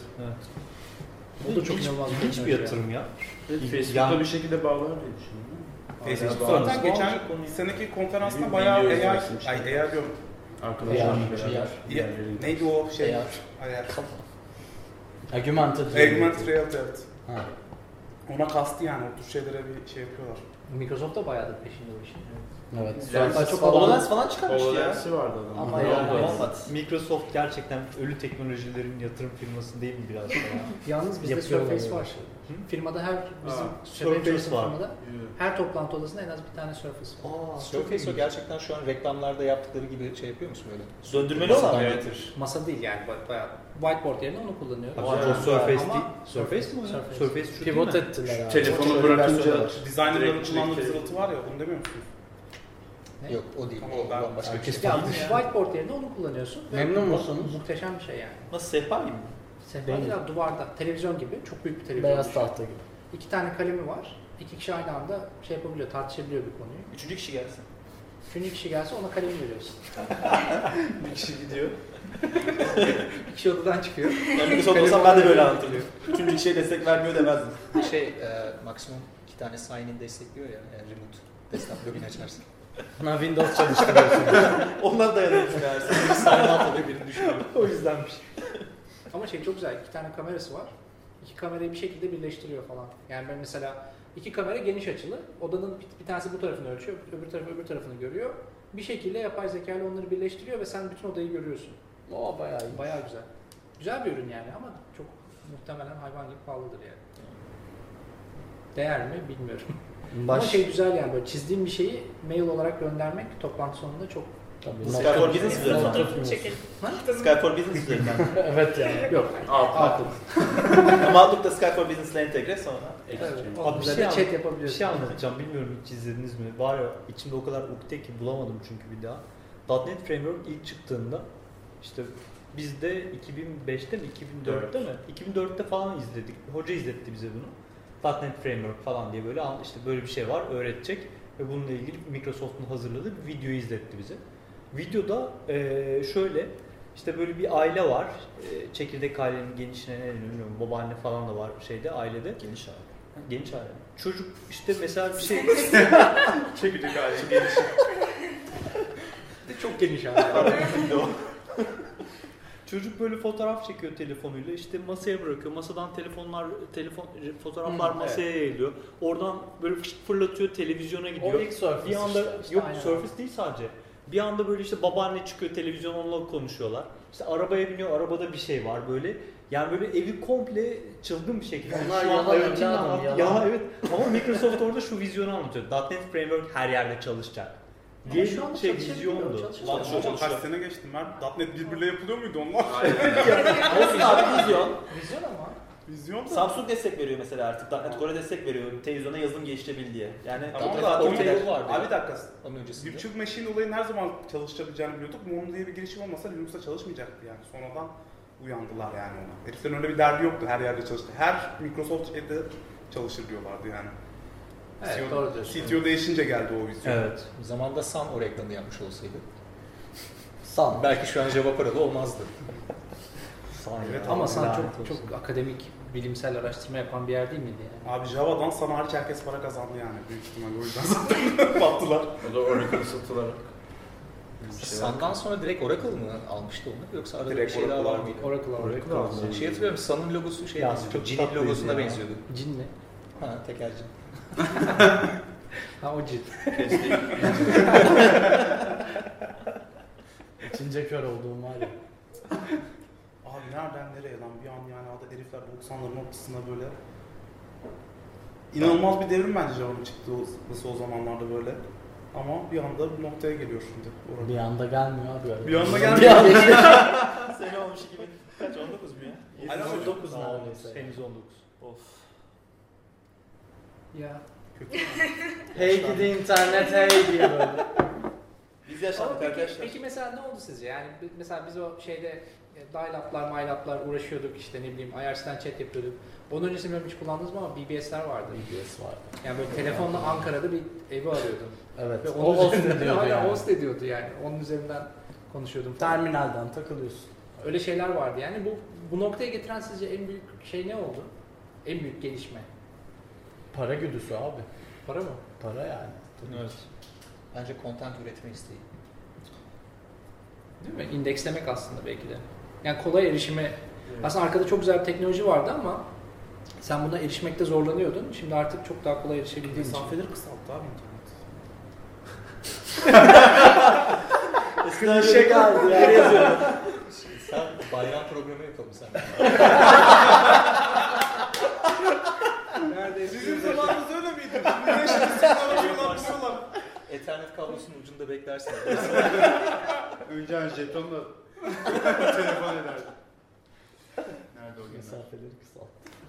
O da çok inanılmaz bir İlginç bir teknoloji yatırım ya. Evet, Facebook'la Yani- bir şekilde bağlar diye düşünüyorum. Facebook Hala zaten bağlı. geçen konuyu. seneki konferansında Bizim bayağı video AI, izlersin işte. AI diyorum. Arkadaşlar AR, Ya, neydi o şey? AR. AR. Augmented Augmented Reality evet. Ha. Ona kastı yani o tür şeylere bir şey yapıyorlar. Microsoft da bayağıdır peşinde o işin. Evet. Lens Surface çok HoloLens falan çıkarmıştı ya. HoloLens'i vardı adamın. Ama Ne yani- oldu? Olmadı. Microsoft gerçekten ölü teknolojilerin yatırım firması değil mi biraz da ya? Yalnız bizde Yapıyorlar Surface öyle var. şey. Firmada her bizim Surface Surface var. firmada her toplantı odasında en az bir tane Surface var. Surface o gerçekten şu an reklamlarda yaptıkları gibi şey yapıyor musun böyle? Döndürmeli olan mı? Evet. Masa değil yani bayağı whiteboard yerine onu kullanıyor. Abi Güzel. o Surface Ama değil. Surface mi o ya? Surface. Surface şu değil Pivot mi? ettiler abi. Telefonu Şöyle bir bırakınca versiyonu var. Designerların Direkt kullandığı şey- fısıltı var ya, onu demiyor musunuz? Ne? Yok o değil. Tamam, O ben- bambaşka bir herkes şey. Ya Değilmiş yani. whiteboard yerine onu kullanıyorsun. ve Memnun mu- musunuz? Muhteşem bir şey yani. Nasıl sehpa gibi mi? Sehpa Değil. değil abi, duvarda televizyon gibi çok büyük bir televizyon. Beyaz düşün. tahta gibi. 2 tane kalemi var. 2 kişi aynı anda şey yapabiliyor, tartışabiliyor bir konuyu. Üçüncü kişi gelsin. Üçüncü kişi gelse ona kalemi veriyorsun. Bir kişi gidiyor. Bir kişi odadan çıkıyor. Ben Microsoft olsam ben de böyle anlatırdım. Üçüncü kişiye destek vermiyor demezdim. Maksimum 2 tane sign-in destekliyor ya. Yani remote desktop login açarsın. Ha Windows çalıştırıyorsun. Onlar dayanırmış meğerse. Sign-out oluyor birini düşürüyor. O yüzdenmiş. Ama şey çok güzel. 2 tane kamerası var. 2 kamerayı bir şekilde birleştiriyor falan. Yani ben mesela 2 kamera geniş açılı. Odanın bir tanesi bu tarafını ölçüyor, öbür tarafı öbür tarafını görüyor. Bir şekilde yapay zeka ile onları birleştiriyor ve sen bütün odayı görüyorsun. O bayağı iyi. Bayağı güzel. Güzel bir ürün yani ama çok muhtemelen hayvan gibi pahalıdır yani. Değer mi bilmiyorum. Ama şey güzel yani böyle çizdiğim bir şeyi mail olarak göndermek toplantı sonunda çok Tabii. Skype for Business Biz üzerinden. fotoğrafını çekelim. Skype for Business üzerinden. Evet yani. yok. Outlook. Ama Outlook'ta Skype for Business'la entegre sonra. Onun bir üzerinde şey chat Bir yapabiliyorsun. şey anlatacağım, bilmiyorum hiç izlediniz mi? Var ya, içimde o kadar ukde ki bulamadım çünkü bir daha. .NET Framework ilk çıktığında işte biz de 2005'te mi 2004'te mi? 2004'te falan izledik. Hoca izletti bize bunu. .NET Framework falan diye böyle işte böyle bir şey var, öğretecek ve bununla ilgili Microsoft'un hazırladığı bir videoyu izletti bize. Videoda şöyle işte böyle bir aile var. Çekirdek ailenin genişine ne bilmiyorum, babaanne falan da var şeyde ailede. Geniş abi. Genç aile. Çocuk işte mesela bir şey Çekirdek aile geniş. Çok geniş abi. çocuk böyle fotoğraf çekiyor telefonuyla, işte masaya bırakıyor. Masadan fotoğraflar masaya yayılıyor. Oradan böyle fırlatıyor, televizyona gidiyor. O ilk Surface Bir anda işte yok aynen. Surface değil sadece. Bir anda böyle işte babaanne çıkıyor, televizyon onunla konuşuyorlar. İşte arabaya biniyor, arabada bir şey var böyle. Yani böyle evi komple çılgın bir şekilde. Onlar Şu an yalan IoT'nin evladım, anlattığı- yalan. yalan evet. Ama Microsoft orada şu vizyonu anlatıyor. .NET Framework her yerde çalışacak. Diye şu anda şey çalışabiliyor, vizyondu. çalışıyor. Ama kaç sene geçtim ben. .NET birbiriyle yapılıyor muydu onlar? Olsun abi vizyon. Vizyon ama. Vizyon da. Samsung destek veriyor mesela artık. .NET Core destek veriyor. Televizyona yazılım geliştirebil diye. Yani Ama o da tarafa ortaya gider. yolu vardı. Abi bir dakika. Onun öncesinde. Virtual Machine olayın her zaman çalışabileceğini biliyorduk. Mono diye bir girişim olmasa Linux'ta çalışmayacaktı yani. Sonradan uyandılar yani ona. Heriflerin öyle bir derdi yoktu. Her yerde çalıştı. Her Microsoft şeyde çalışır diyorlardı yani. Evet, CTO, doğru diyorsun. CTO değişince geldi o vizyon. Evet. Zamanında Sun o reklamı yapmış olsaydı. San. Belki şu an Java paralı olmazdı. Evet, Ama abi, sen lanet çok olsun. çok akademik, bilimsel araştırma yapan bir yer değil miydi yani? Abi Java'dan sana hariç herkes para kazandı yani. Büyük ihtimalle o yüzden zaten battılar. O da Oracle satılarak. Bir şeyler. Sun'dan sonra direkt Oracle mı almıştı onu yoksa arada Direkt bir şey daha Oracle var aldı. mıydı? Oracle aldı. Şey hatırlıyorum, Sun'ın logosu şey Ya, çok çok Cin'in tatlıydı logosuna ya. benziyordu. Cin mi? Ha, tekelcin. Ha o cin. Keşke İçince kör olduğum var ya. Abi nereden nereye lan bir an yani adı herifler 90'ların ortasında böyle. İnanılmaz bir devrim bence Java'nın çıktığı o zamanlarda böyle. Ama bir anda bu noktaya geliyor şimdi. Orada. Bir anda gelmiyor abi. öyle. Bir anda Bir gelmiyor. anda- Sene olmuş 2000 kaç 19 mu ya? Aynen öyle. 19 neredeyse. Henüz 19. Of. Ya. Kötü. Hey gidi internet hey diye böyle. Biz Ama yaşadık peki, arkadaşlar. peki mesela ne oldu sizce? Yani mesela biz o şeyde dial-up'lar, mile-up'lar uğraşıyorduk işte ne bileyim IRC'den chat yapıyorduk. Onun öncesinde bilmiyorum hiç kullandınız mı ama BBS'ler vardı. BBS vardı. Yani böyle telefonla Ankara'da bir evi arıyordum. Evet. Ve O onun host üzerinden ediyordu hala yani. host ediyordu yani. Onun üzerinden konuşuyordum falan. Terminalden takılıyorsun. Öyle şeyler vardı yani. Bu noktaya getiren sizce en büyük şey ne oldu? En büyük gelişme. Para güdüsü abi. Para mı? Para yani. Evet. Bence content üretme isteği. Değil mi? İndekslemek aslında belki de. Yani kolay erişime. Aslında arkada çok güzel bir teknoloji vardı ama sen buna erişmekte zorlanıyordun. Şimdi artık çok daha kolay erişebildiğin için. Mesafeleri kısalttı abi internet. Klişe geldi ya. Sen bayram programı yapalım sen. Neredeyse. Sizin zamanınız öyle miydi? Ne şimdi sınavlar. Ethernet kablosunun ucunda beklersin. önce hani jetonla telefon ederdi. Nerede o günler? Mesafeleri kısalt.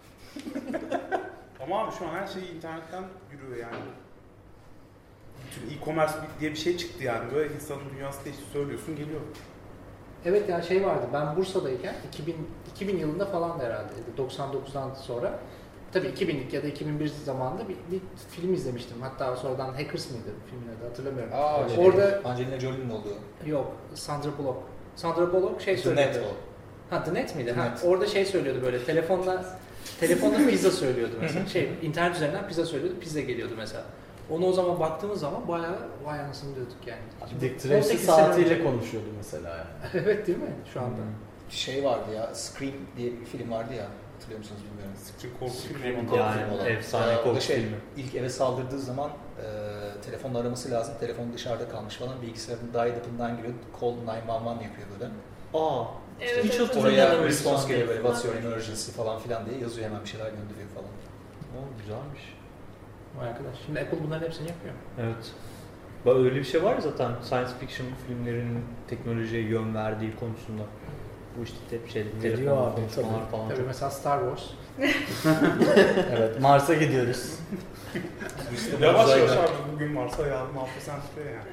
Ama abi şu an her şey internetten yürüyor yani. Bütün e-commerce diye bir şey çıktı yani. Böyle insanın dünyası değişti söylüyorsun geliyor. Evet ya şey vardı. Ben Bursa'dayken 2000 yılında falan da herhalde. 99'dan sonra. Tabii 2000'lik ya da 2001 zamanında bir film izlemiştim. Hatta sonradan Hackers mıydı filmin adı hatırlamıyorum. Orada Angelina Jolie'nin olduğu. yok Sandra Bullock. Sandra Bullock şey The Net söylüyordu. o. Ha The Net miydi? The Ha, Net. orada şey söylüyordu böyle telefonla pizza söylüyordu mesela. İnternet üzerinden pizza söylüyordu. Pizza geliyordu mesela. Onu o zaman baktığımız zaman bayağı vay anasını diyorduk yani. Dick Tracy 18 sene saatiyle önce. konuşuyordu mesela yani. Evet değil mi şu anda? Şey vardı ya, Scream diye bir film vardı ya. Hatırlıyor musunuz bilmiyorum. Scream korku filmi. Scream Yani film olan. efsane O da korku şey, filmi. İlk eve saldırdığı zaman telefonla araması lazım. Telefon dışarıda kalmış falan. Bilgisayarın dial-up'ından giriyor. Call 911 yapıyor böyle. Aa, Evet, hiç evet, hatırlamıyorum. Oraya öyle bir response sahne. geliyor böyle what's your emergency falan filan diye yazıyor, hemen bir şeyler gönderiyor falan. Oo, güzelmiş. Vay arkadaş. Şimdi Apple bunların hepsini yapıyor. Evet. Bak öyle bir şey var ya zaten science fiction filmlerinin teknolojiye yön verdiği konusunda. Bu işte hep şey, Ediyor telefonlar, abi, konuşmalar tabii. falan. Tabii çok- mesela Star Wars. Evet, Mars'a gidiyoruz. Yavaş Uzayda. yavaş abi bugün varsa yarın hafta sen tutuyor yani.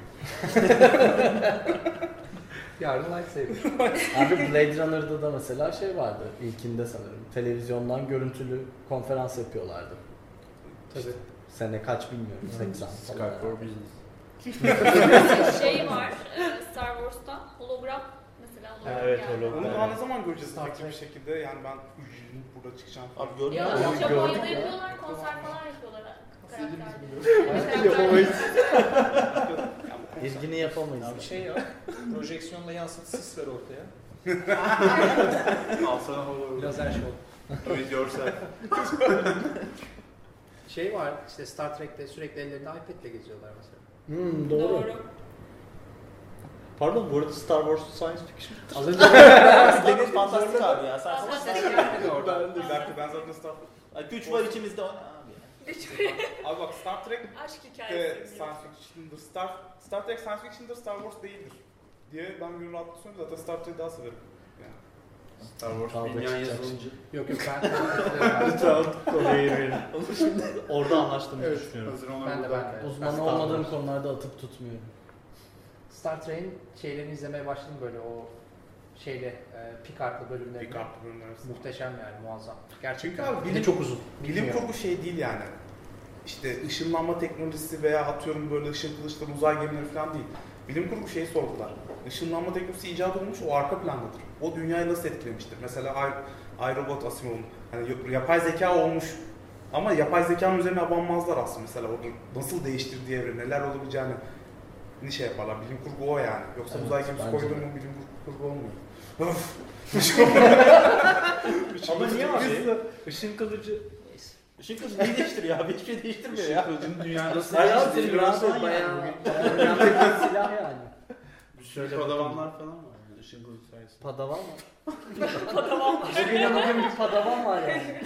Yarın lightsaber. Abi Blade Runner'da da mesela şey vardı, ilkinde sanırım. Televizyondan görüntülü konferans yapıyorlardı. Tabii. Sene kaç bilmiyorum, 80 falan. Skype for Business. Şey var Star Wars'ta hologram mesela hologram Evet, geldi. hologram. Onu daha ne zaman göreceğiz Star farklı bir Trek. şekilde yani ben burada çıkacağım falan. Abi gördün Ya, mü? gördük Japonya'da ya. yapıyorlar, konser falan yapıyorlar Yapamayız. karakterler. İlgini yapamayız. Ya bir şey ya, projeksiyonla yansıt, sis ver ortaya. Al sana hologram. Lazer show. Do it yourself. Şey var işte Star Trek'te sürekli ellerinde iPad'le geziyorlar mesela. Doğru. Doğru. Pardon, bu arada Star Wars science fiction. Az önce Deniz fantastik abi ya. Sen Ama ses gelmedi orada. Bir dakika ben zaten Star güç var içimizde o ne abi ya. Abi bak Star Trek Aşk hikayesi. science fiction'dır. Star Trek science fiction'dır, Star Wars değildir diye ben gün rahatlıkla söylüyorum. Zaten Star Trek'i daha severim. Yani. Star Wars Kavga dünya çıkacak yazılımcı. Yok ben Lütfen konuyu verin. Orada anlaştığımızı Evet. düşünüyorum. Hazır ona Ben de. Uzman Ben olmadığım konularda atıp tutmuyorum. Star Trek'in şeylerini izlemeye başladım böyle o Picard'lı bölümlerini. Bir kartlı bölümler arasında. Muhteşem yani muazzam. Gerçekten. Çünkü abi Bir de çok uzun. Bilim Bilmiyorum. kurgu şey değil yani. İşte ışınlanma teknolojisi veya atıyorum böyle ışın kılıçlı uzay gemileri falan değil. Bilim kurgu şeyi sordular. Işınlanma teknolojisi icat olmuş, o arka plandadır. O dünyayı nasıl etkilemiştir? Mesela iRobot Asimov'un hani yapay zeka olmuş ama yapay zekanın üzerine abanmazlar aslında. Mesela orada nasıl değiştirdiği evre, neler olabileceğini şey yaparlar. Bilim kurgu o yani. Yoksa Evet, uzay gemisi bence koyulur de. mu bilim kurgu olmuyor. Ama niye abi? Işın kılıcı... Işın kılıcı neyi değiştiriyor abi? Hiçbir şey değiştirmiyor ya. Kılıcın dünyada nasıl Bayağı değiştirdiğini bir görsen rahat yani. bayağı bir silah yani. Bir sürü padavanlar falan var. Yani ışın kılıcı sayesinde. Padavan mı? Padavan var. Bugün bir padavan var yani.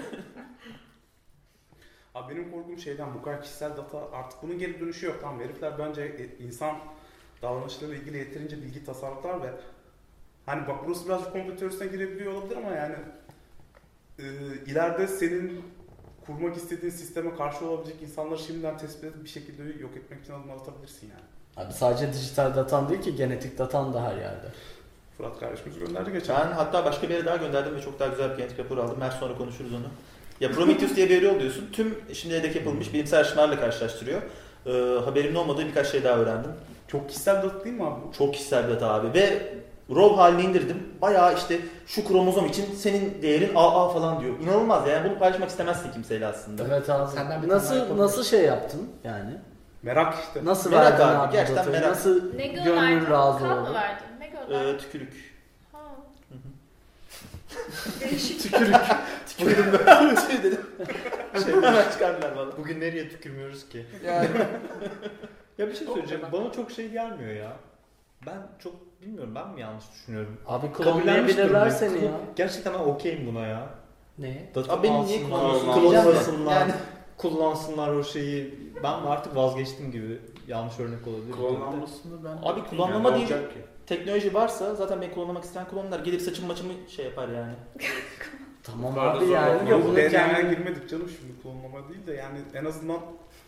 Abi benim korkum şeyden bu kadar kişisel data artık bunun geri dönüşü yok. Tamam herifler bence insan davranışlarıyla ilgili yeterince bilgi tasarruflar ve hani bak burası birazcık komplo teorisine girebiliyor olabilir ama yani ileride senin kurmak istediğin sisteme karşı olabilecek insanları şimdiden tespit edip bir şekilde yok etmek için adım atabilirsin yani. Abi sadece dijital datan değil ki genetik datan da her yerde. Fırat kardeşimiz gönderdi geçen. Ben hatta başka bir yere daha gönderdim ve çok daha güzel bir genetik raporu aldım. Mer sonra konuşuruz onu. Ya Prometheus diye bir veri oluyorsun. Tüm şimdiye dek yapılmış bilimsel araştırmalarla karşılaştırıyor. Haberimin olmadığı birkaç şey daha öğrendim. Çok kişisel data değil mi abi bu? Çok kişisel bir data abi ve RAW haline indirdim. Bayağı işte şu kromozom için senin değerin AA falan diyor. İnanılmaz ya. Yani bunu paylaşmak istemezsin kimseyle aslında. Evet abi. Senden bir tane Nasıl yapabiliriz. şey yaptın yani? Merak işte. Nasıl Merak verdin abi, abi gerçekten datayı? merak. Nasıl Ne gönlün gönderdin? razı Kan mı oldu? verdin? Ne gönderdin? Tükürük. Ha. Hı hı. Değişik. Tükürüm böyle. Tüy dedim. Hemen çıkardılar bana. Bugün nereye tükürmüyoruz ki? Yani Ya bir şey söyleyeceğim. Bana çok şey gelmiyor ya. Ben çok bilmiyorum. Ben mi yanlış düşünüyorum? Abi Kabullenmiş klonlayabilirler durumdayım. seni ya. Gerçekten ben okeyim buna ya. ne? Data Abi beni niye alsınlar, kullansınlar? kullansınlar, kullansınlar o şeyi. Ben artık vazgeçtim gibi. Yanlış örnek olabilir. Klonlanmasını ben... Abi klonlama Yani ne değil. olacak ki? Teknoloji varsa zaten beni klonlamak isteyen klonlar gelir saçımı maçımı şey yapar yani. Tamam Yukarıda abi zor yani. olmaz. Yok Bu bunu DNA'ya kendin... girmedik canım şimdi klonlama değil de yani en azından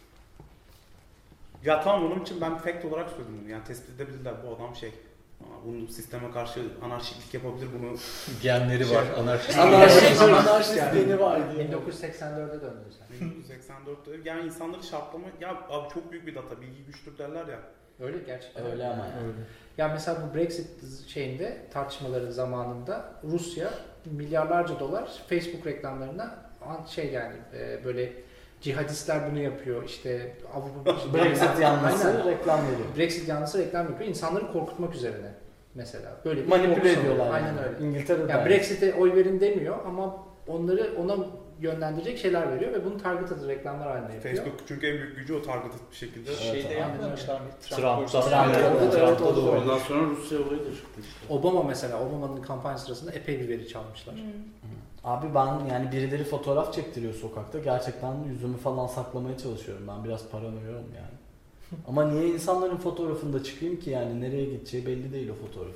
ya tamam onun için ben fact olarak söyledim bunu yani tespit edebilirler bu adam bunu sisteme karşı anarşiklik yapabilir bunu Genleri var. Anarşist. Anarşist beni var diye. 1984'e döndü sen. 1984'te yani insanları şartlama ya abi çok büyük bir data bilgi güçtür derler ya. Öyle gerçekten. Öyle ama yani. Ya mesela bu Brexit şeyinde tartışmaları zamanında Rusya milyarlarca dolar Facebook reklamlarına böyle cihadistler bunu yapıyor işte Avrupa Brexit yanlısı Aynen. reklam veriyor. Brexit yanlısı reklam yapıyor insanları korkutmak üzerine mesela böyle bir Manipüle korku ediyorlar. sanıyor. Aynen yani. öyle. İngiltere'de. Yani Brexit'e oy verin demiyor ama onları ona yönlendirecek şeyler veriyor ve bunu targeted reklamlar haline yapıyor. Facebook çünkü en büyük gücü o targeted bir şekilde. Evet, Şeyde abi. yapmamışlar mı? Trump'ta. Evet, o da Ondan sonra Rusya olayı da çıktı işte. Obama'nın kampanya sırasında epey bir veri çalmışlar. Hmm. Abi ben yani birileri fotoğraf çektiriyor sokakta. Gerçekten yüzümü falan saklamaya çalışıyorum. Ben biraz paranoyum yani. Ama niye insanların fotoğrafında çıkayım ki yani nereye gideceği belli değil o fotoğraf.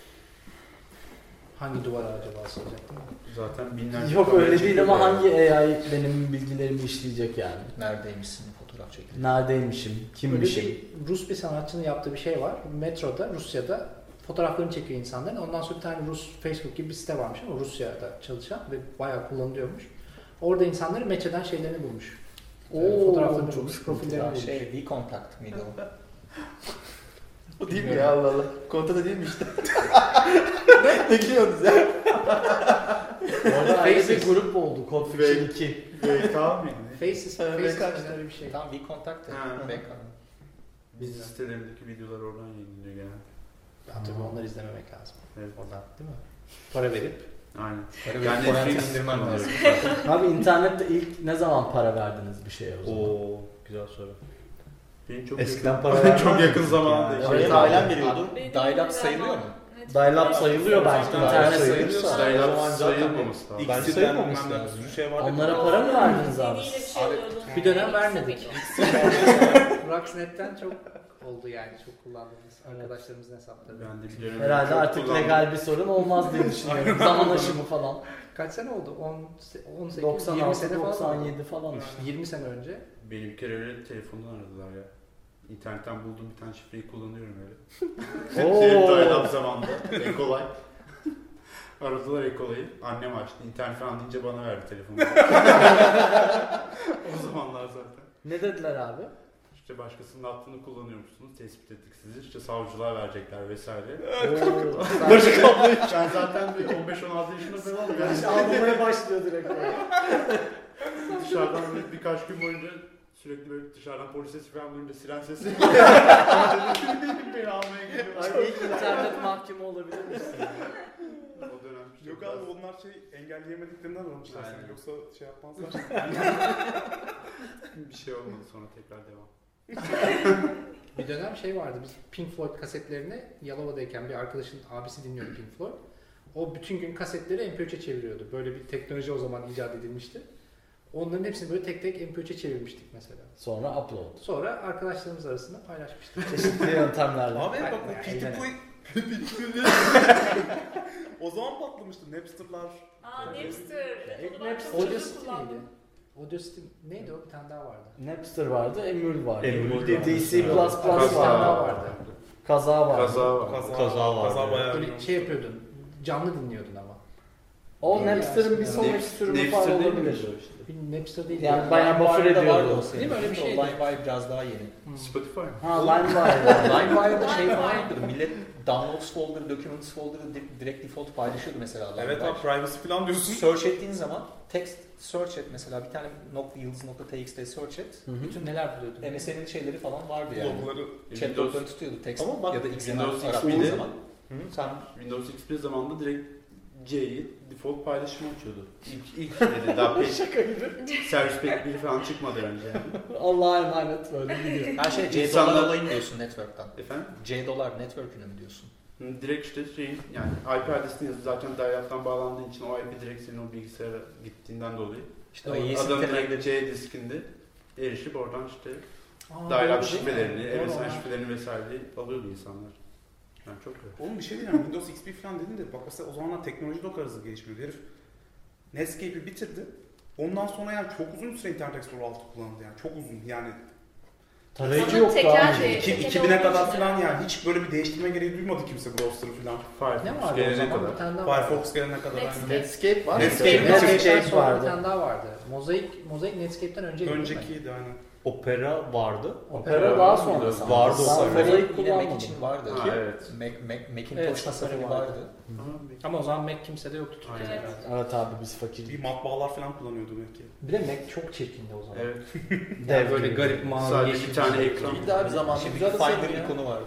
Hangi duvara acaba asılacak değil mi? Zaten binlerce Yok kamera öyle değil çekiyor ama yani. hangi AI benim bilgilerimi işleyecek yani? Neredeymişsin fotoğraf çekti. Neredeymişim? Öyle Kimmişim? bir Rus bir sanatçının yaptığı bir şey var. Metroda, Rusya'da fotoğraflarını çekiyor insanların. Ondan sonra bir tane Rus Facebook gibi bir site varmış ama Rusya'da çalışan ve bayağı kullanılıyormuş. Orada insanların meçeden şeylerini bulmuş. Fotoğraflarını bulmuş, profillerini bulmuş. V-Contact mıydı o? O değil mi ya Allah Allah. Kontada değil mi işte? Ne gülüyorsunuz ya? Orada ayrı bir grup oldu. Code Fiction 2. Tamam mı? Faces öyle bir şey. Tam V-Contact Ha. Biz sitelerindeki videolar oradan yayınlanıyor genelde. Ya tabii onları izlememek lazım. Evet. Oradan değil mi? Para verip. Aynen. Böyle Yani bir torrent Netflix indirmen lazım. Abi internette ilk ne zaman para verdiniz bir şeye o zaman? Oo, güzel soru. Benim çok Eskiden yakın, para çok yakın zamanda. Yani. işte. Benim ailem veriyordu. Benim Dial-up de sayılıyor mu? Netflix Dial-up var. sayılıyor belki. Dial-up İnternet sayılıyorsa- sayılıyorsa. Dial-up O zaman zaten sayılmaması lazım. Ben X'den sayılmaması bilmem ne lazım. bir sürü şey vardı. Onlara para mı verdiniz abi? CD ile bir şey Abi, alıyordun. bir dönem X'e vermedik. peki. Ruxnet'ten çok oldu yani çok kullandığımız arkadaşlarımızın hesapları. Ben de bir dönem Herhalde çok artık kullandım. legal bir sorun olmaz diye düşünüyorum. Zaman aşımı falan. Kaç sene oldu? 18, 20 96, sene falan. 97 falan işte. 20 sene önce. Beni bir kere öyle telefondan aradılar ya. İnternetten bulduğum bir tane şifreyi kullanıyorum öyle. Oo. Dial-up zamanında. Ecolay. Aradılar Ecolay'ı. Annem açtı. İnternet falan deyince bana verdi telefonu. O zamanlar zaten. Ne dediler abi? İşte başkasının hattını kullanıyormuşsunuz. Tespit ettik sizi. İşte savcılığa verecekler vesaire. Başı kabloyu Ben zaten bir 15-16 yaşında falanım yani. ağlamaya başlıyor direkt. Dışarıdan böyle birkaç gün boyunca sürekli böyle dışarıdan polis sesi falan duyunca siren sesi. Beni almaya geliyorlar. Ay ilk internet mahkumu olabilir misin? O dönem işte Yok biraz- abi onlar engelleyemediklerinden olmuşlar Aynen. seni. Yoksa şey yapmazlar. Bir şey olmadı sonra tekrar devam. Bir dönem şey vardı, biz Pink Floyd kasetlerini Yalova'dayken bir arkadaşın abisi dinliyordu Pink Floyd. O bütün gün kasetleri MP3'e çeviriyordu. Böyle bir teknoloji o zaman icat edilmişti. Onların hepsini böyle tek tek MP3'e çevirmiştik mesela. Sonra upload. Sonra arkadaşlarımız arasında paylaşmıştık. Çeşitli yöntemlerle. Abi Aynen, bak o aynen. Pitbull o zaman patlamıştı. Napster'lar. Napster. İlk Onu ben Napster. çok Audacity kullandım. miydi? Audacity neydi o? Bir tane daha vardı. Napster vardı, Emule vardı. Emule değil. DC++ Kaza Bir tane daha vardı. vardı. Kaza vardı. Kaza var. Kaza vardı. Kaza bayağı Böyle iyiymiş. şey yapıyordun, canlı dinliyordun ama. O Napster'ın bir Nap- sonraki sürümü Napster falan değil olabilir. miydi o işte? Bir Napster değil. Yani bayağı buffer LimeWire'da vardı ediyordu. o senin. Değil mi? Öyle bir şeydi. LimeWire biraz daha yeni. Spotify mı? Ha LimeWire. LimeWire'da şey LimeWire. falan yapıyordu. Millet downloads folder, documents folder'ı direkt default paylaşıyordu mesela. Evet LimeWire. abi privacy falan diyorsun. Search ettiğin zaman text search et mesela bir tane yıldız.txt search et. Hı hı. Bütün neler buluyordun? MSN'in şeyleri falan vardı yani. Blogları. Chat bloglarını tutuyordu text Ama bak, ya da XML Windows arattığın XP'de zaman. Sen Windows XP zamanında direkt C'yi default paylaşımı açıyordu. İlk şeyleri daha pek servis pek biri falan çıkmadan önce yani. Allah'a emanet böyle gidiyor. her şey C İnsanlar- dolar olayını diyorsun network'tan. Efendim? C dolar network'ünü mü diyorsun? Direkt işte şeyin yani IP adresini yazıyor. Zaten dial-up'tan bağlandığı için o IP direkt senin o bilgisayara gittiğinden dolayı. İşte o IES'in Adam temelleri. direkt C diskinde erişip oradan işte Aa, dial-up doğru şifrelerini, değil mi? Doğru, MSN ha. şifrelerini vesaire alıyordu insanlar. Yani çok öyle. Oğlum bir şey diyeceğim. Windows XP falan dedin de bak mesela o zamanlar teknoloji de o kadar hızlı gelişmiyordu. Herif Netscape'i bitirdi. Ondan sonra yani çok uzun bir süre Internet Explorer 6 kullanıldı yani. Çok uzun yani. Tarayıcı Ama yoktu teker abi. değil. 2000'e kadar falan yani hiç böyle bir değiştirme gereği duymadı kimse browser'ı falan. Firefox Ne vardı o gelene zaman? kadar. Bir tane daha vardı. Firefox gelene kadar. Netscape. Yani. Netscape var. Netscape Netscape'den sonra vardı. bir tane daha vardı. Mozaik Netscape'den önceydi değil mi? Öncekiydi aynen. Opera vardı. Opera daha sonrası. Vardı Ben Opera. Mozaik Yine Mac kullanmadım. için vardı. Ha, evet. Macintosh Evet, tasarımı Opera vardı. Ama o zaman Mac kimsede yoktu Türkiye'de Aynen. herhalde. Evet abi biz fakiriz. Bir matbaalar falan kullanıyordu belki. Bir de Mac çok çirkindi o zaman. Evet. Yani böyle garip mavi Sadece yeşil bir tane şey. ekran. Bir daha bir zamanında Şimdi bir güzel Finder tasarım ya. ikonu vardı.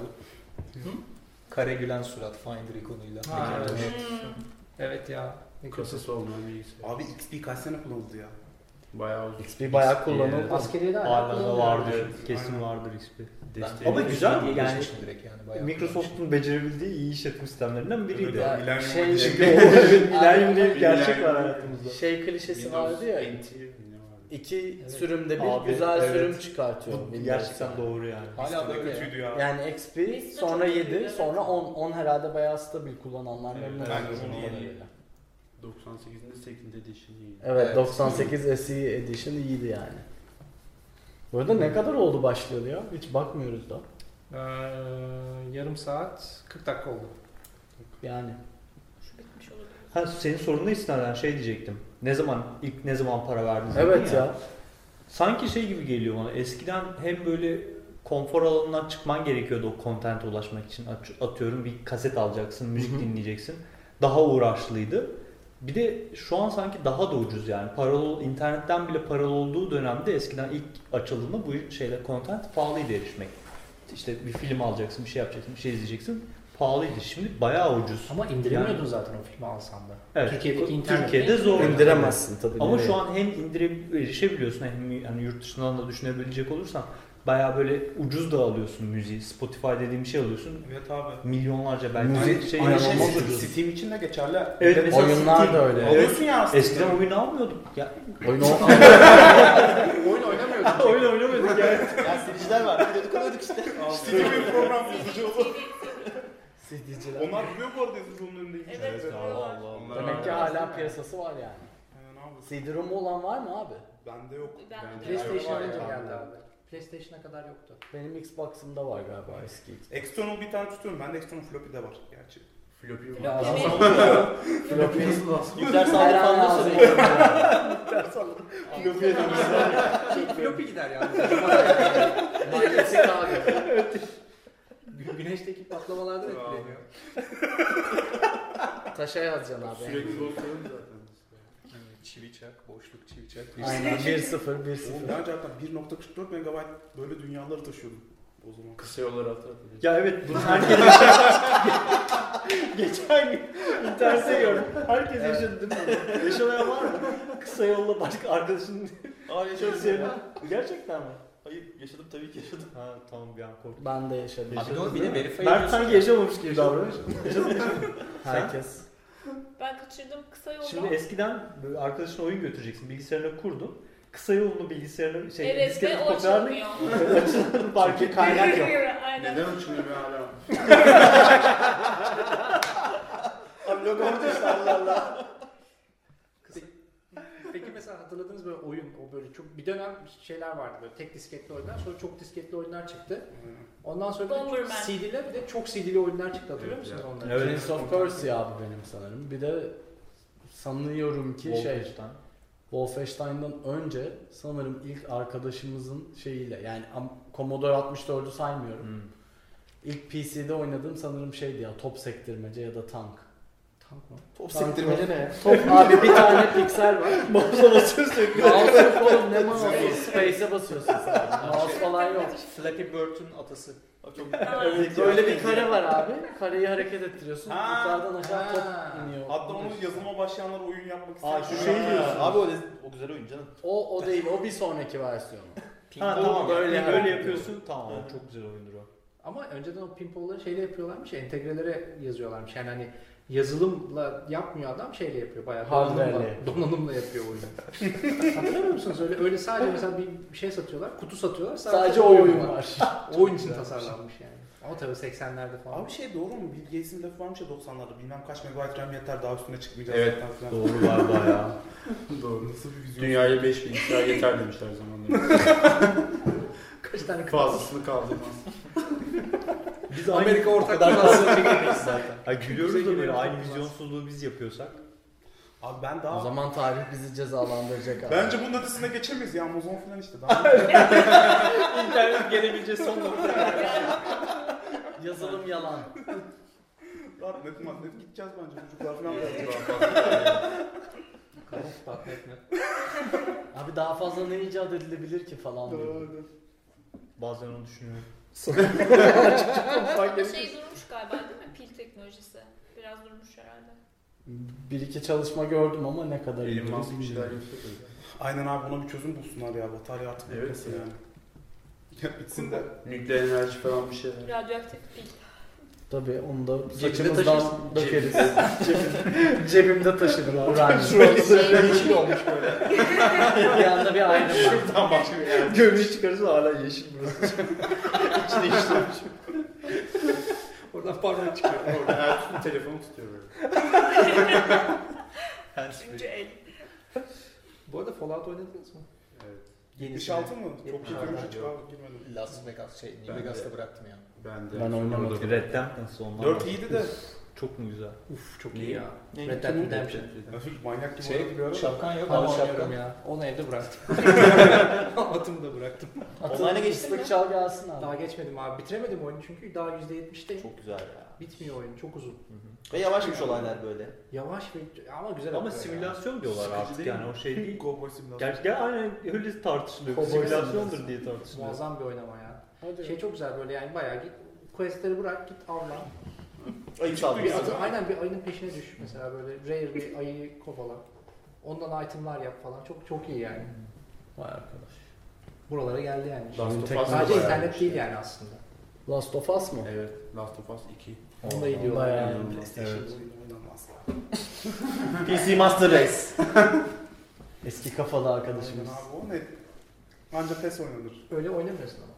Kare gülen surat Finder ikonuyla. Ha, Macintosh. evet. Evet ya. Ne kötü. Kasası olmayan bilgisayar. Abi XP kaç sene kullanıldı ya? Bayağı uzun. XP bayağı kullanıldı. Askeriyede hala Hala da kullanılıyor. vardır. Evet, Kesin aynen. vardır XP. Desteği Ama de- güzel diye yani. geçmiştim direkt yani bayağı. Microsoft'un becerebildiği iyi işletim sistemlerinden biriydi. Evet, Ya, Millennium şey- Edition. Milenyum diye bir gerçek var Millennium. hayatımızda. Şey klişesi vardı ya. NT mi ne vardı? İki Evet. sürümde bir Abi, güzel evet. sürüm çıkartıyor. Bu Windows gerçekten yani. doğru yani. Hala Vista böyle ya. kötüydü ya. Yani XP Vista sonra çok 7 iyiydi, sonra 10. 10 herhalde bayağı stabil kullananlar Evet, memnun ben de olduğum onu kadarıyla. 98'inde 8'inde Edition iyi. Evet, Evet. 98 SE Edition iyiydi yani. Bu arada ne kadar oldu başlayalı ya? Hiç bakmıyoruz da. Yarım saat 40 dakika oldu. Yani. Şu bitmiş olabilir. Ha, senin sorununa istinaden şey diyecektim. Ne zaman para verdiniz? Evet dedin ya. Sanki şey gibi geliyor bana. Eskiden hem böyle konfor alanından çıkman gerekiyordu o content'e ulaşmak için. Atıyorum bir kaset alacaksın, müzik Hı hı. dinleyeceksin. Daha uğraşlıydı. Bir de şu an sanki daha da ucuz yani. Paralı, internetten bile paralı olduğu dönemde eskiden ilk açıldığında bu şeyler content pahalıydı erişmek. İşte bir film alacaksın, bir şey yapacaksın, bir şey izleyeceksin. Pahalıydı. Şimdi bayağı ucuz. Ama indiremiyordun zaten o filmi alsan da. Evet. Türkiye'deki internet. Türkiye'de zor. İndiremezsin tabii. Ama nereye? şu an hem erişebiliyorsun hem yani yurt dışından da düşünebilecek olursan bayağı böyle ucuz da alıyorsun müziği. Spotify dediğim bir şey alıyorsun. Evet abi. Milyonlarca belki Müzik şey Aynı şey inanılmaz ucuz. Steam için de geçerli. Evet, mesela Oyunlar Steam- da öyle. Evet. Alıyorsun ya aslında. Eskiden oyun almıyorduk. Ya Oyun Oyun oynamıyordun Oyun oynamıyorduk yani. Ya siliciler var. Gidiyorduk alıyorduk işte. Stili bir program yazıcı olur. CD'ciler. Onlar biliyor bu arada yazıcının önünde. Evet, Allah Allah. Onlar Demek ki hala piyasası var yani. Aynen abi. CD-ROM'u olan var mı abi? Bende yok. Ben de PlayStation var önce ya. geldi abi. PlayStation'a kadar yoktu. Benim Xbox'ımda var galiba eski Xbox. External bir tane tutuyorum. Bende external floppy de var gerçi. Floppy Ya, Floppy. Nükleer saldırı Her an falan ağzına nasıl? Floppy gider yani. Maliyeti daha Güneşteki patlamalardan etkileniyor. Taşa yazacaksın abi. Sürekli bozuyorum zaten. Çivi çak, boşluk çivi çak. Aynen 1-0 1-0. Oğlum ben zaten 1.44 MB böyle dünyaları taşıyordum o zaman. Kısa yolları atar. Ya evet bunu herkes geçen gün internette gördüm. Herkes yaşadı değil mi? Yaşamayan var mı? Kısa yolla başka arkadaşının Aa yaşadım sevdiği. ya. Gerçekten mi? Hayır yaşadım tabii ki yaşadım. Ha tamam bir an korktum. Ben de yaşadım. Abi ne bir de verify Mert ediyorsun. sanki yaşamamış gibi davranıyor. Herkes. Ben kaçırdım kısa yoldan. Şimdi eskiden böyle arkadaşına oyun götüreceksin. Bilgisayarına kurdun. Kısa yolunu bilgisayarına evet ve diskete o kopyaladın. açılmıyor. Açılan farkı kaynak yok. Aynen. Neden uçmuyor be hala? Abi logo orada işte Allah Allah. Peki mesela hatırladığınız böyle oyun, o böyle çok bir dönem şeyler vardı böyle tek disketli oyunlar, sonra çok disketli oyunlar çıktı. Ondan sonra bir de Bomberman. CD'ler bir de çok CD'li oyunlar çıktı, hatırlıyor Evet, musunuz ya. onları? Evet. Prince of Persia abi benim sanırım. Bir de sanıyorum ki Wolfenstein'dan önce sanırım ilk arkadaşımızın şeyiyle yani Commodore 64'ü saymıyorum. İlk PC'de oynadığım sanırım şeydi ya top sektirmece ya da tank. Tank mı? Top Tank sektirmece ne ya? Top abi bir tane piksel var. Mouse'a basıyorsun sürekli. Mouse yok oğlum ne mouse'u? Space'e basıyorsun sadece. Mouse falan yok. Flappy Bird'ün atası. Çok Evet, böyle bir kare var abi. Kareyi hareket ettiriyorsun. Ha. Yukarıdan aşağı top Ha. iniyor. Hatta onu yazılıma başlayanlar oyun yapmak istiyor. Aa, şu şey diyorsun. Abi o güzel oyun canım. O değil, o bir sonraki versiyonu. Ha tamam Böyle böyle, hareket yapıyorsun. Tamam çok güzel oyundur o. Ama önceden o pinball'ları şeyle yapıyorlarmış ya, entegrelere yazıyorlarmış. Yani hani yazılımla yapmıyor adam, şeyle yapıyor bayağı. Hardware'le. Donanımla yapıyor oyunu. Hatırlamıyor musunuz? Öyle sadece mesela bir şey satıyorlar, kutu satıyorlar. Sadece o oyun var. O oyun için tasarlanmış yani. Ama tabii 80'lerde falan. Abi şey doğru mu? Bill Gates'in lafı varmış ya 90'larda. Bilmem kaç megabayt RAM yeter, daha üstüne çıkmayacağız. Evet, zaten falan. Doğru galiba ya. Doğru. Nasıl bir vizyon? Dünyaya 5 bilgisayar yeter demişler zamanında. Kaç tane Fazlasını kaldırmaz. Biz Amerika ortak kadar fazla çekemeyiz zaten. Ay gülüyoruz Bize da böyle geliyor, aynı olmaz. vizyonsuzluğu biz yapıyorsak. Abi ben daha... O zaman tarih bizi cezalandıracak abi. Bence bunun ötesine geçemeyiz ya. Amazon falan işte. Daha İnternet gelebileceği son nokta. Yazılım yalan. rahat net gideceğiz bence. Çocuklar falan da .NET mi? Abi daha fazla ne icat edilebilir ki falan diyor. Bazen onu düşünüyorum. Şey durmuş galiba değil mi? Pil teknolojisi. Biraz durmuş herhalde. Bir iki çalışma gördüm ama ne kadar Elin iyi Musk bir şeyler bilmiyorum. yapıyor. Aynen abi, ona bir çözüm bulsunlar ya. Batarya artık Evet bitmesin ya. yani. Ya bitsin de. Nükleer enerji falan bir şeyler. Radyoaktif pil. Tabii onu da Cebinde saçımızdan taşırsın. dökeriz. Cebimde taşırım uranyum. Yeşil olmuş böyle. Bir anda bir ayrım var. Tam başka bir yer. Gömleği çıkarırsa hala yeşil burası. İçine işlemiş. Oradan parmak çıkıyor. Orada her türlü telefonu tutuyor böyle. Üçüncü el. Bu arada Fallout oynadınız mı? Evet. Yenisi. 76 mı? Çok 76 kötüymüş, hiç yok. girmedim. Las Vegas New Ben de. Vegas'ta bıraktım ya. Ben de. Ben oynamadım. Red Dead nasıl ondan 4 iyiydi de. Çok mu güzel? Uf çok Niye? iyi ya. Ne? Red Dead Redemption. Manyak gibi Şey, oynadı bir ara. şapkan yok Hala ama şapkan. oynuyorum ya. Onu evde bıraktım. Atımı da bıraktım. Online'a geçtin mi? Islık çal gelsin abi. Daha geçmedim abi. Bitiremedim oyunu çünkü daha %70'teyim. Çok güzel ya. Bitmiyor oyun. Çok uzun. Ve yavaşmış olaylar böyle. Yavaş ve ama güzel Ama akıyor simülasyon diyorlar Sıkıcı artık değil yani mi? o şey değil. Cowboy simülasyonu. Gerçekten aynen öyle tartışılıyor. Cowboy Simülasyondur simülasyonu. diye ya. tartışılıyor. Muazzam bir oynama ya. Hadi. Şey çok güzel böyle yani bayağı git questleri bırak git avla. Ayıp saldırı. Aynen bir ayının peşine düş mesela böyle rare bir ayıyı kovala. Ondan itemlar yap falan. Çok iyi yani. Vay arkadaş. Buralara geldi yani. Last of Us Sadece Sadece bayağı internet bir değil şey. yani aslında. Last of Us mı? Evet. Last of Us 2. Onu da iyi diyorlar Bayağı yani. iyi. PlayStation Evet. oyunu oynanmaz. PC Master Race. Eski kafalı Aynen arkadaşımız. abi, o ne? Ancak PES oynanır. Öyle oynamıyorsun ama.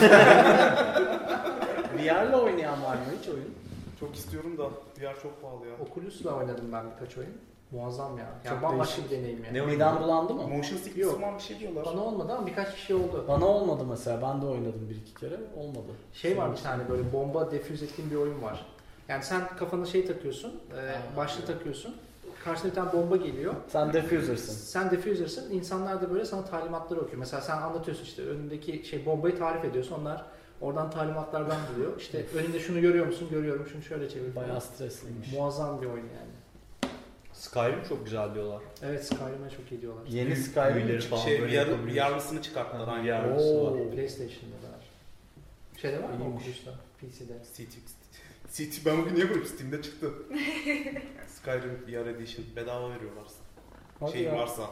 VR'la oynayan var mı hiç oyun? Çok istiyorum da VR çok pahalı ya. Oculus'la oynadım ben birkaç oyun. Muazzam ya. Çok Yani bambaşka bir deneyim yani. Ne Midem bulandı mı? Motion sickness Yok. falan bir şey diyorlar. Bana olmadı ama birkaç kişi oldu. Bana olmadı mesela. Ben de oynadım bir iki kere. Olmadı. Şey var bir tane böyle bomba defüz ettiğin bir oyun var. Yani sen kafana şey takıyorsun, başlığı takıyorsun. Karşına bir tane bomba geliyor. Sen diffuser'sın. Sen diffuser'sın. İnsanlar da böyle sana talimatları okuyor. Mesela sen anlatıyorsun işte önündeki şey bombayı tarif ediyorsun. Onlar oradan talimatlardan buluyor. İşte önünde şunu görüyor musun? Görüyorum. Şunu şöyle çevir. Bayağı stresliymiş. Muazzam bir oyun yani. Skyrim çok güzel diyorlar. Evet, Skyrim'e çok iyi diyorlar. Yeni Skyrim Büyüleri çıktı. falan Şey böyle VR'ın yapabiliyorsun. VR'lısını çıkarttılar aynı. VR. Oo. PlayStation'da da var. Şeyde var mı İyiymiş. Oculus'ta? PC'de. Steam ben bugün niye görüyorum? Steam'de çıktı. Skyrim VR Edition bedava veriyorlar. Hadi Şeyin ya. varsa.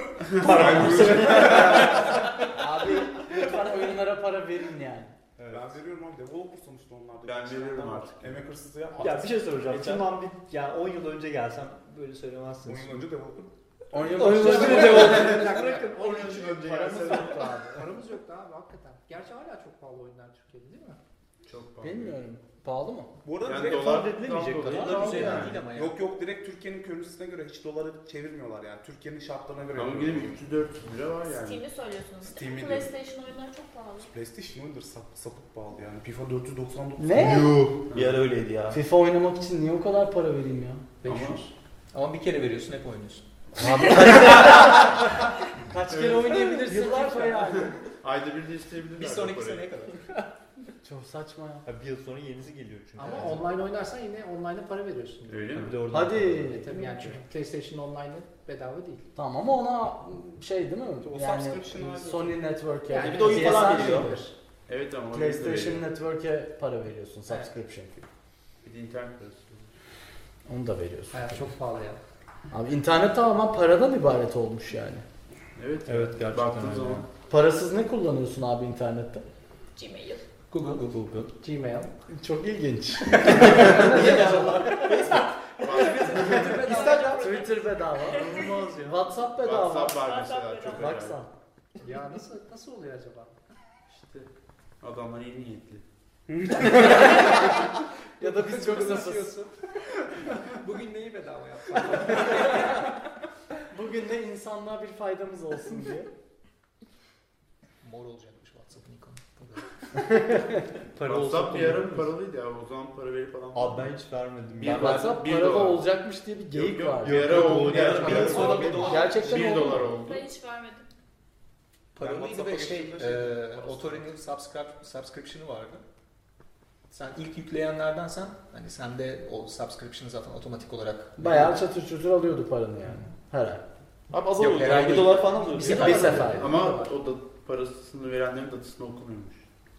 Abi lütfen oyunlara para verin yani. Evet. Ben veriyorum abi. Developer sonuçta onlar da. Ben veriyorum artık. Emek hırsızı yapma. Ya bir şey soracağım. Geçen- Tamam yani 10 yıl önce gelsem böyle söylemezsiniz. 10 yıl önce developer. 10 yıl 10 yıl önce önce de Bırakın 10 yıl önce paramız gelsem. yoktu abi. Paramız yoktu abi hakikaten. Gerçi hala çok pahalı oyunlar Türkiye'de değil mi? Çok pahalı. Bilmiyorum. Pahalı mı? Bu arada Yani direkt dolar ifade edilemeyecek tam kadar. dolar Güzel yani. değil ama ya. Yok direkt Türkiye'nin currency'sine göre hiç doları çevirmiyorlar yani. Türkiye'nin şartlarına göre. Ama yine 300-400 lira var yani. Steam'i söylüyorsunuz. Steam'i diyor. PlayStation oyunları çok pahalı. PlayStation oyundur sapık pahalı yani. FIFA 499. Ne? Bir ara öyleydi ya. FIFA oynamak için niye o kadar para vereyim ya? 500. Ama bir kere veriyorsun hep oynuyorsun. Abi kaç kere oynayabilirsin? Yıllar sonra yani. Ayda bir de isteyebilirler. Bir bu sonraki parayı. seneye kadar. Çok saçma ya. Bir yıl sonra yenisi geliyor çünkü. Ama online oynarsan yine online'a para veriyorsun. Öyle mi? Bir de oradan Hadi. Tabii yani çünkü PlayStation online'ı bedava değil. Tamam ama ona şey değil mi? O Yani subscription var. Sony Network'e. Yani bir de oyun falan PSN veriyor. gibidir. Evet ama onu PlayStation da veriyor. Network'e para veriyorsun. Subscription fee. Bir de internet parası. Onu da veriyorsun. Hayat çok pahalı ya. Abi internet tamamen paradan ibaret olmuş yani. Evet. Evet, gerçekten Baktığın öyle zaman. ya. Parasız ne kullanıyorsun abi internette? Gmail. Google. Gmail. Çok ilginç. Instagram. Twitter bedava. İnanılmaz ya. WhatsApp bedava. WhatsApp var mesela WhatsApp çok bedava. önemli. Baksana. Ya nasıl oluyor acaba? İşte adamlar iyi niyetli. Ya da biz çok safız. Bugün neyi bedava yapsak? Bugün de insanlığa bir faydamız olsun diye. Mor olacakmış WhatsApp'ın ikonu. Para WhatsApp olsa bir ara paralıydı ya. O zaman para verip falan. Abi ben hiç vermedim. Bir Ben WhatsApp bir paralı dolar. olacakmış diye bir geyik Yok, var. Bir ara oldu. Bir ara Gerçekten. bir yıl sonra Bir dolar. Gerçekten 1 oldu. dolar oldu. Ben hiç vermedim. Paralıydı WhatsApp'a ve şey, geçtiğimde şey- Authority'nin subscription'ı vardı. Sen ilk yükleyenlerdensen hani sende o subscription zaten otomatik olarak Bayağı çatır çutur alıyordu paranı yani. Her ay. Abi az Yok, alıyordu. herhalde 1 dolar falan alıyordu. Bir sefer. Ama o da parasını verenlerin datısını okumuyormuş.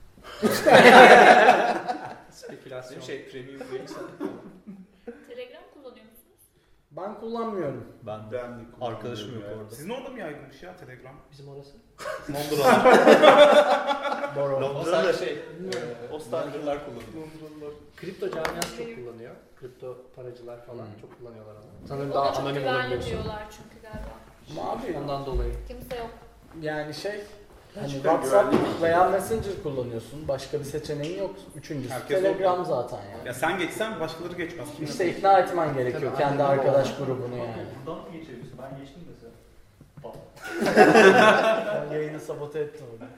Spekülasyon. şey premium üyeysen Telegram kullanıyor musunuz? Ben kullanmıyorum. Ben de. Ben de Arkadaşım yok kullanıyorum orada. Sizin orada mı yaygınmış ya Telegram? Bizim orası. Londra. Boro. o Londra'da. sadece şey O standart. Londralılar kullanıyor. Kripto camiası çok kullanıyor. Kripto paracılar falan çok kullanıyorlar onu. Sanırım O daha da çok anonim güvenli olabiliyorsun. diyorlar çünkü galiba. Ama abi Ondan dolayı. Kimse yok. yani şey hani Hiçbir WhatsApp güvenli değil. veya Messenger kullanıyorsun. Başka bir seçeneğin yok. Üçüncüsü Herkes Telegram zaten yani. Ya sen geçsen başkaları geçmez. Kim İşte ne- ikna etmen gerekiyor Tabii, kendi aynen. arkadaş grubunu yani. Buradan mı geçebilirsin? Ben geçtim mesela. Ben yayını sabote ettim orada.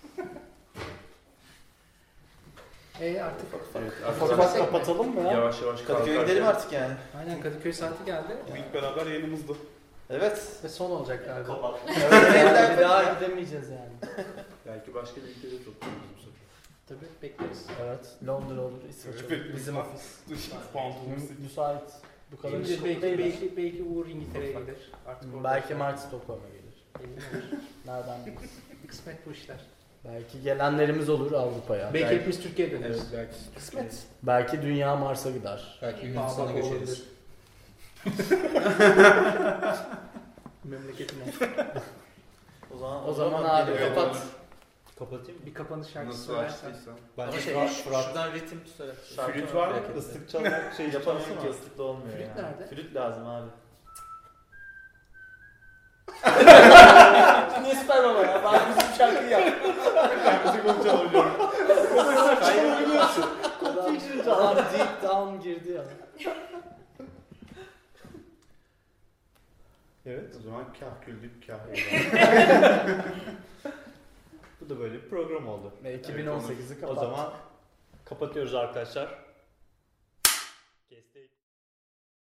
Artık Evet, Ufak artık ufak kapatalım mı ya? yavaş yavaş Kadıköy'e kalkarken- gidelim artık yani. aynen Kadıköy saati geldi. Bu ilk beraber yayınımızdı. Evet. Ve son olacak galiba. Evet, bir daha gidemeyeceğiz yani. Belki başka bir ülkede topluyoruz bu sefer. Tabii bekleriz. Evet, Londra olur, İsveç olur. Evet, Bizim lütfen. ofis. Pantolonumuz. Müsait. Bu kadar Şimdi işi belki, değil. belki Uğur İngiltere'ye gelir. Artık orada Belki yaşar. Mark Stockholm'a gelir. Emin olur. Nereden biliriz? Kısmet bu işler. Belki gelenlerimiz olur Avrupa'ya. Belki Belki, hepimiz Türkiye'ye döneriz. Evet belki. Kısmet. belki dünya Mars'a gider. Belki Aa, Yunanistan'a bak, göçeriz. Memleketine. O zaman abi geliyor. kapat. Kapatayım mı? Bir kapanış şarkısı Nasıl söylersen. açtıysan. Ben Ama de şey, Fırat şuradan ritim tutarak. Flüt var mı? Islık çalmak şey yapamıyorum ki çalsana. ıslık da olmuyor Flüt yani. nerede? Flüt lazım abi. şarkı niye süper baba ya? Ben bizim şarkıyı yap. Ben müzik onu çalabiliyorum. Çalabiliyorsun. Adam deep down girdi ya. Evet. O zaman kah güldük kah eğlendik. Bu da böyle bir program oldu. Ve 2018'i O kapattı. zaman kapatıyoruz arkadaşlar.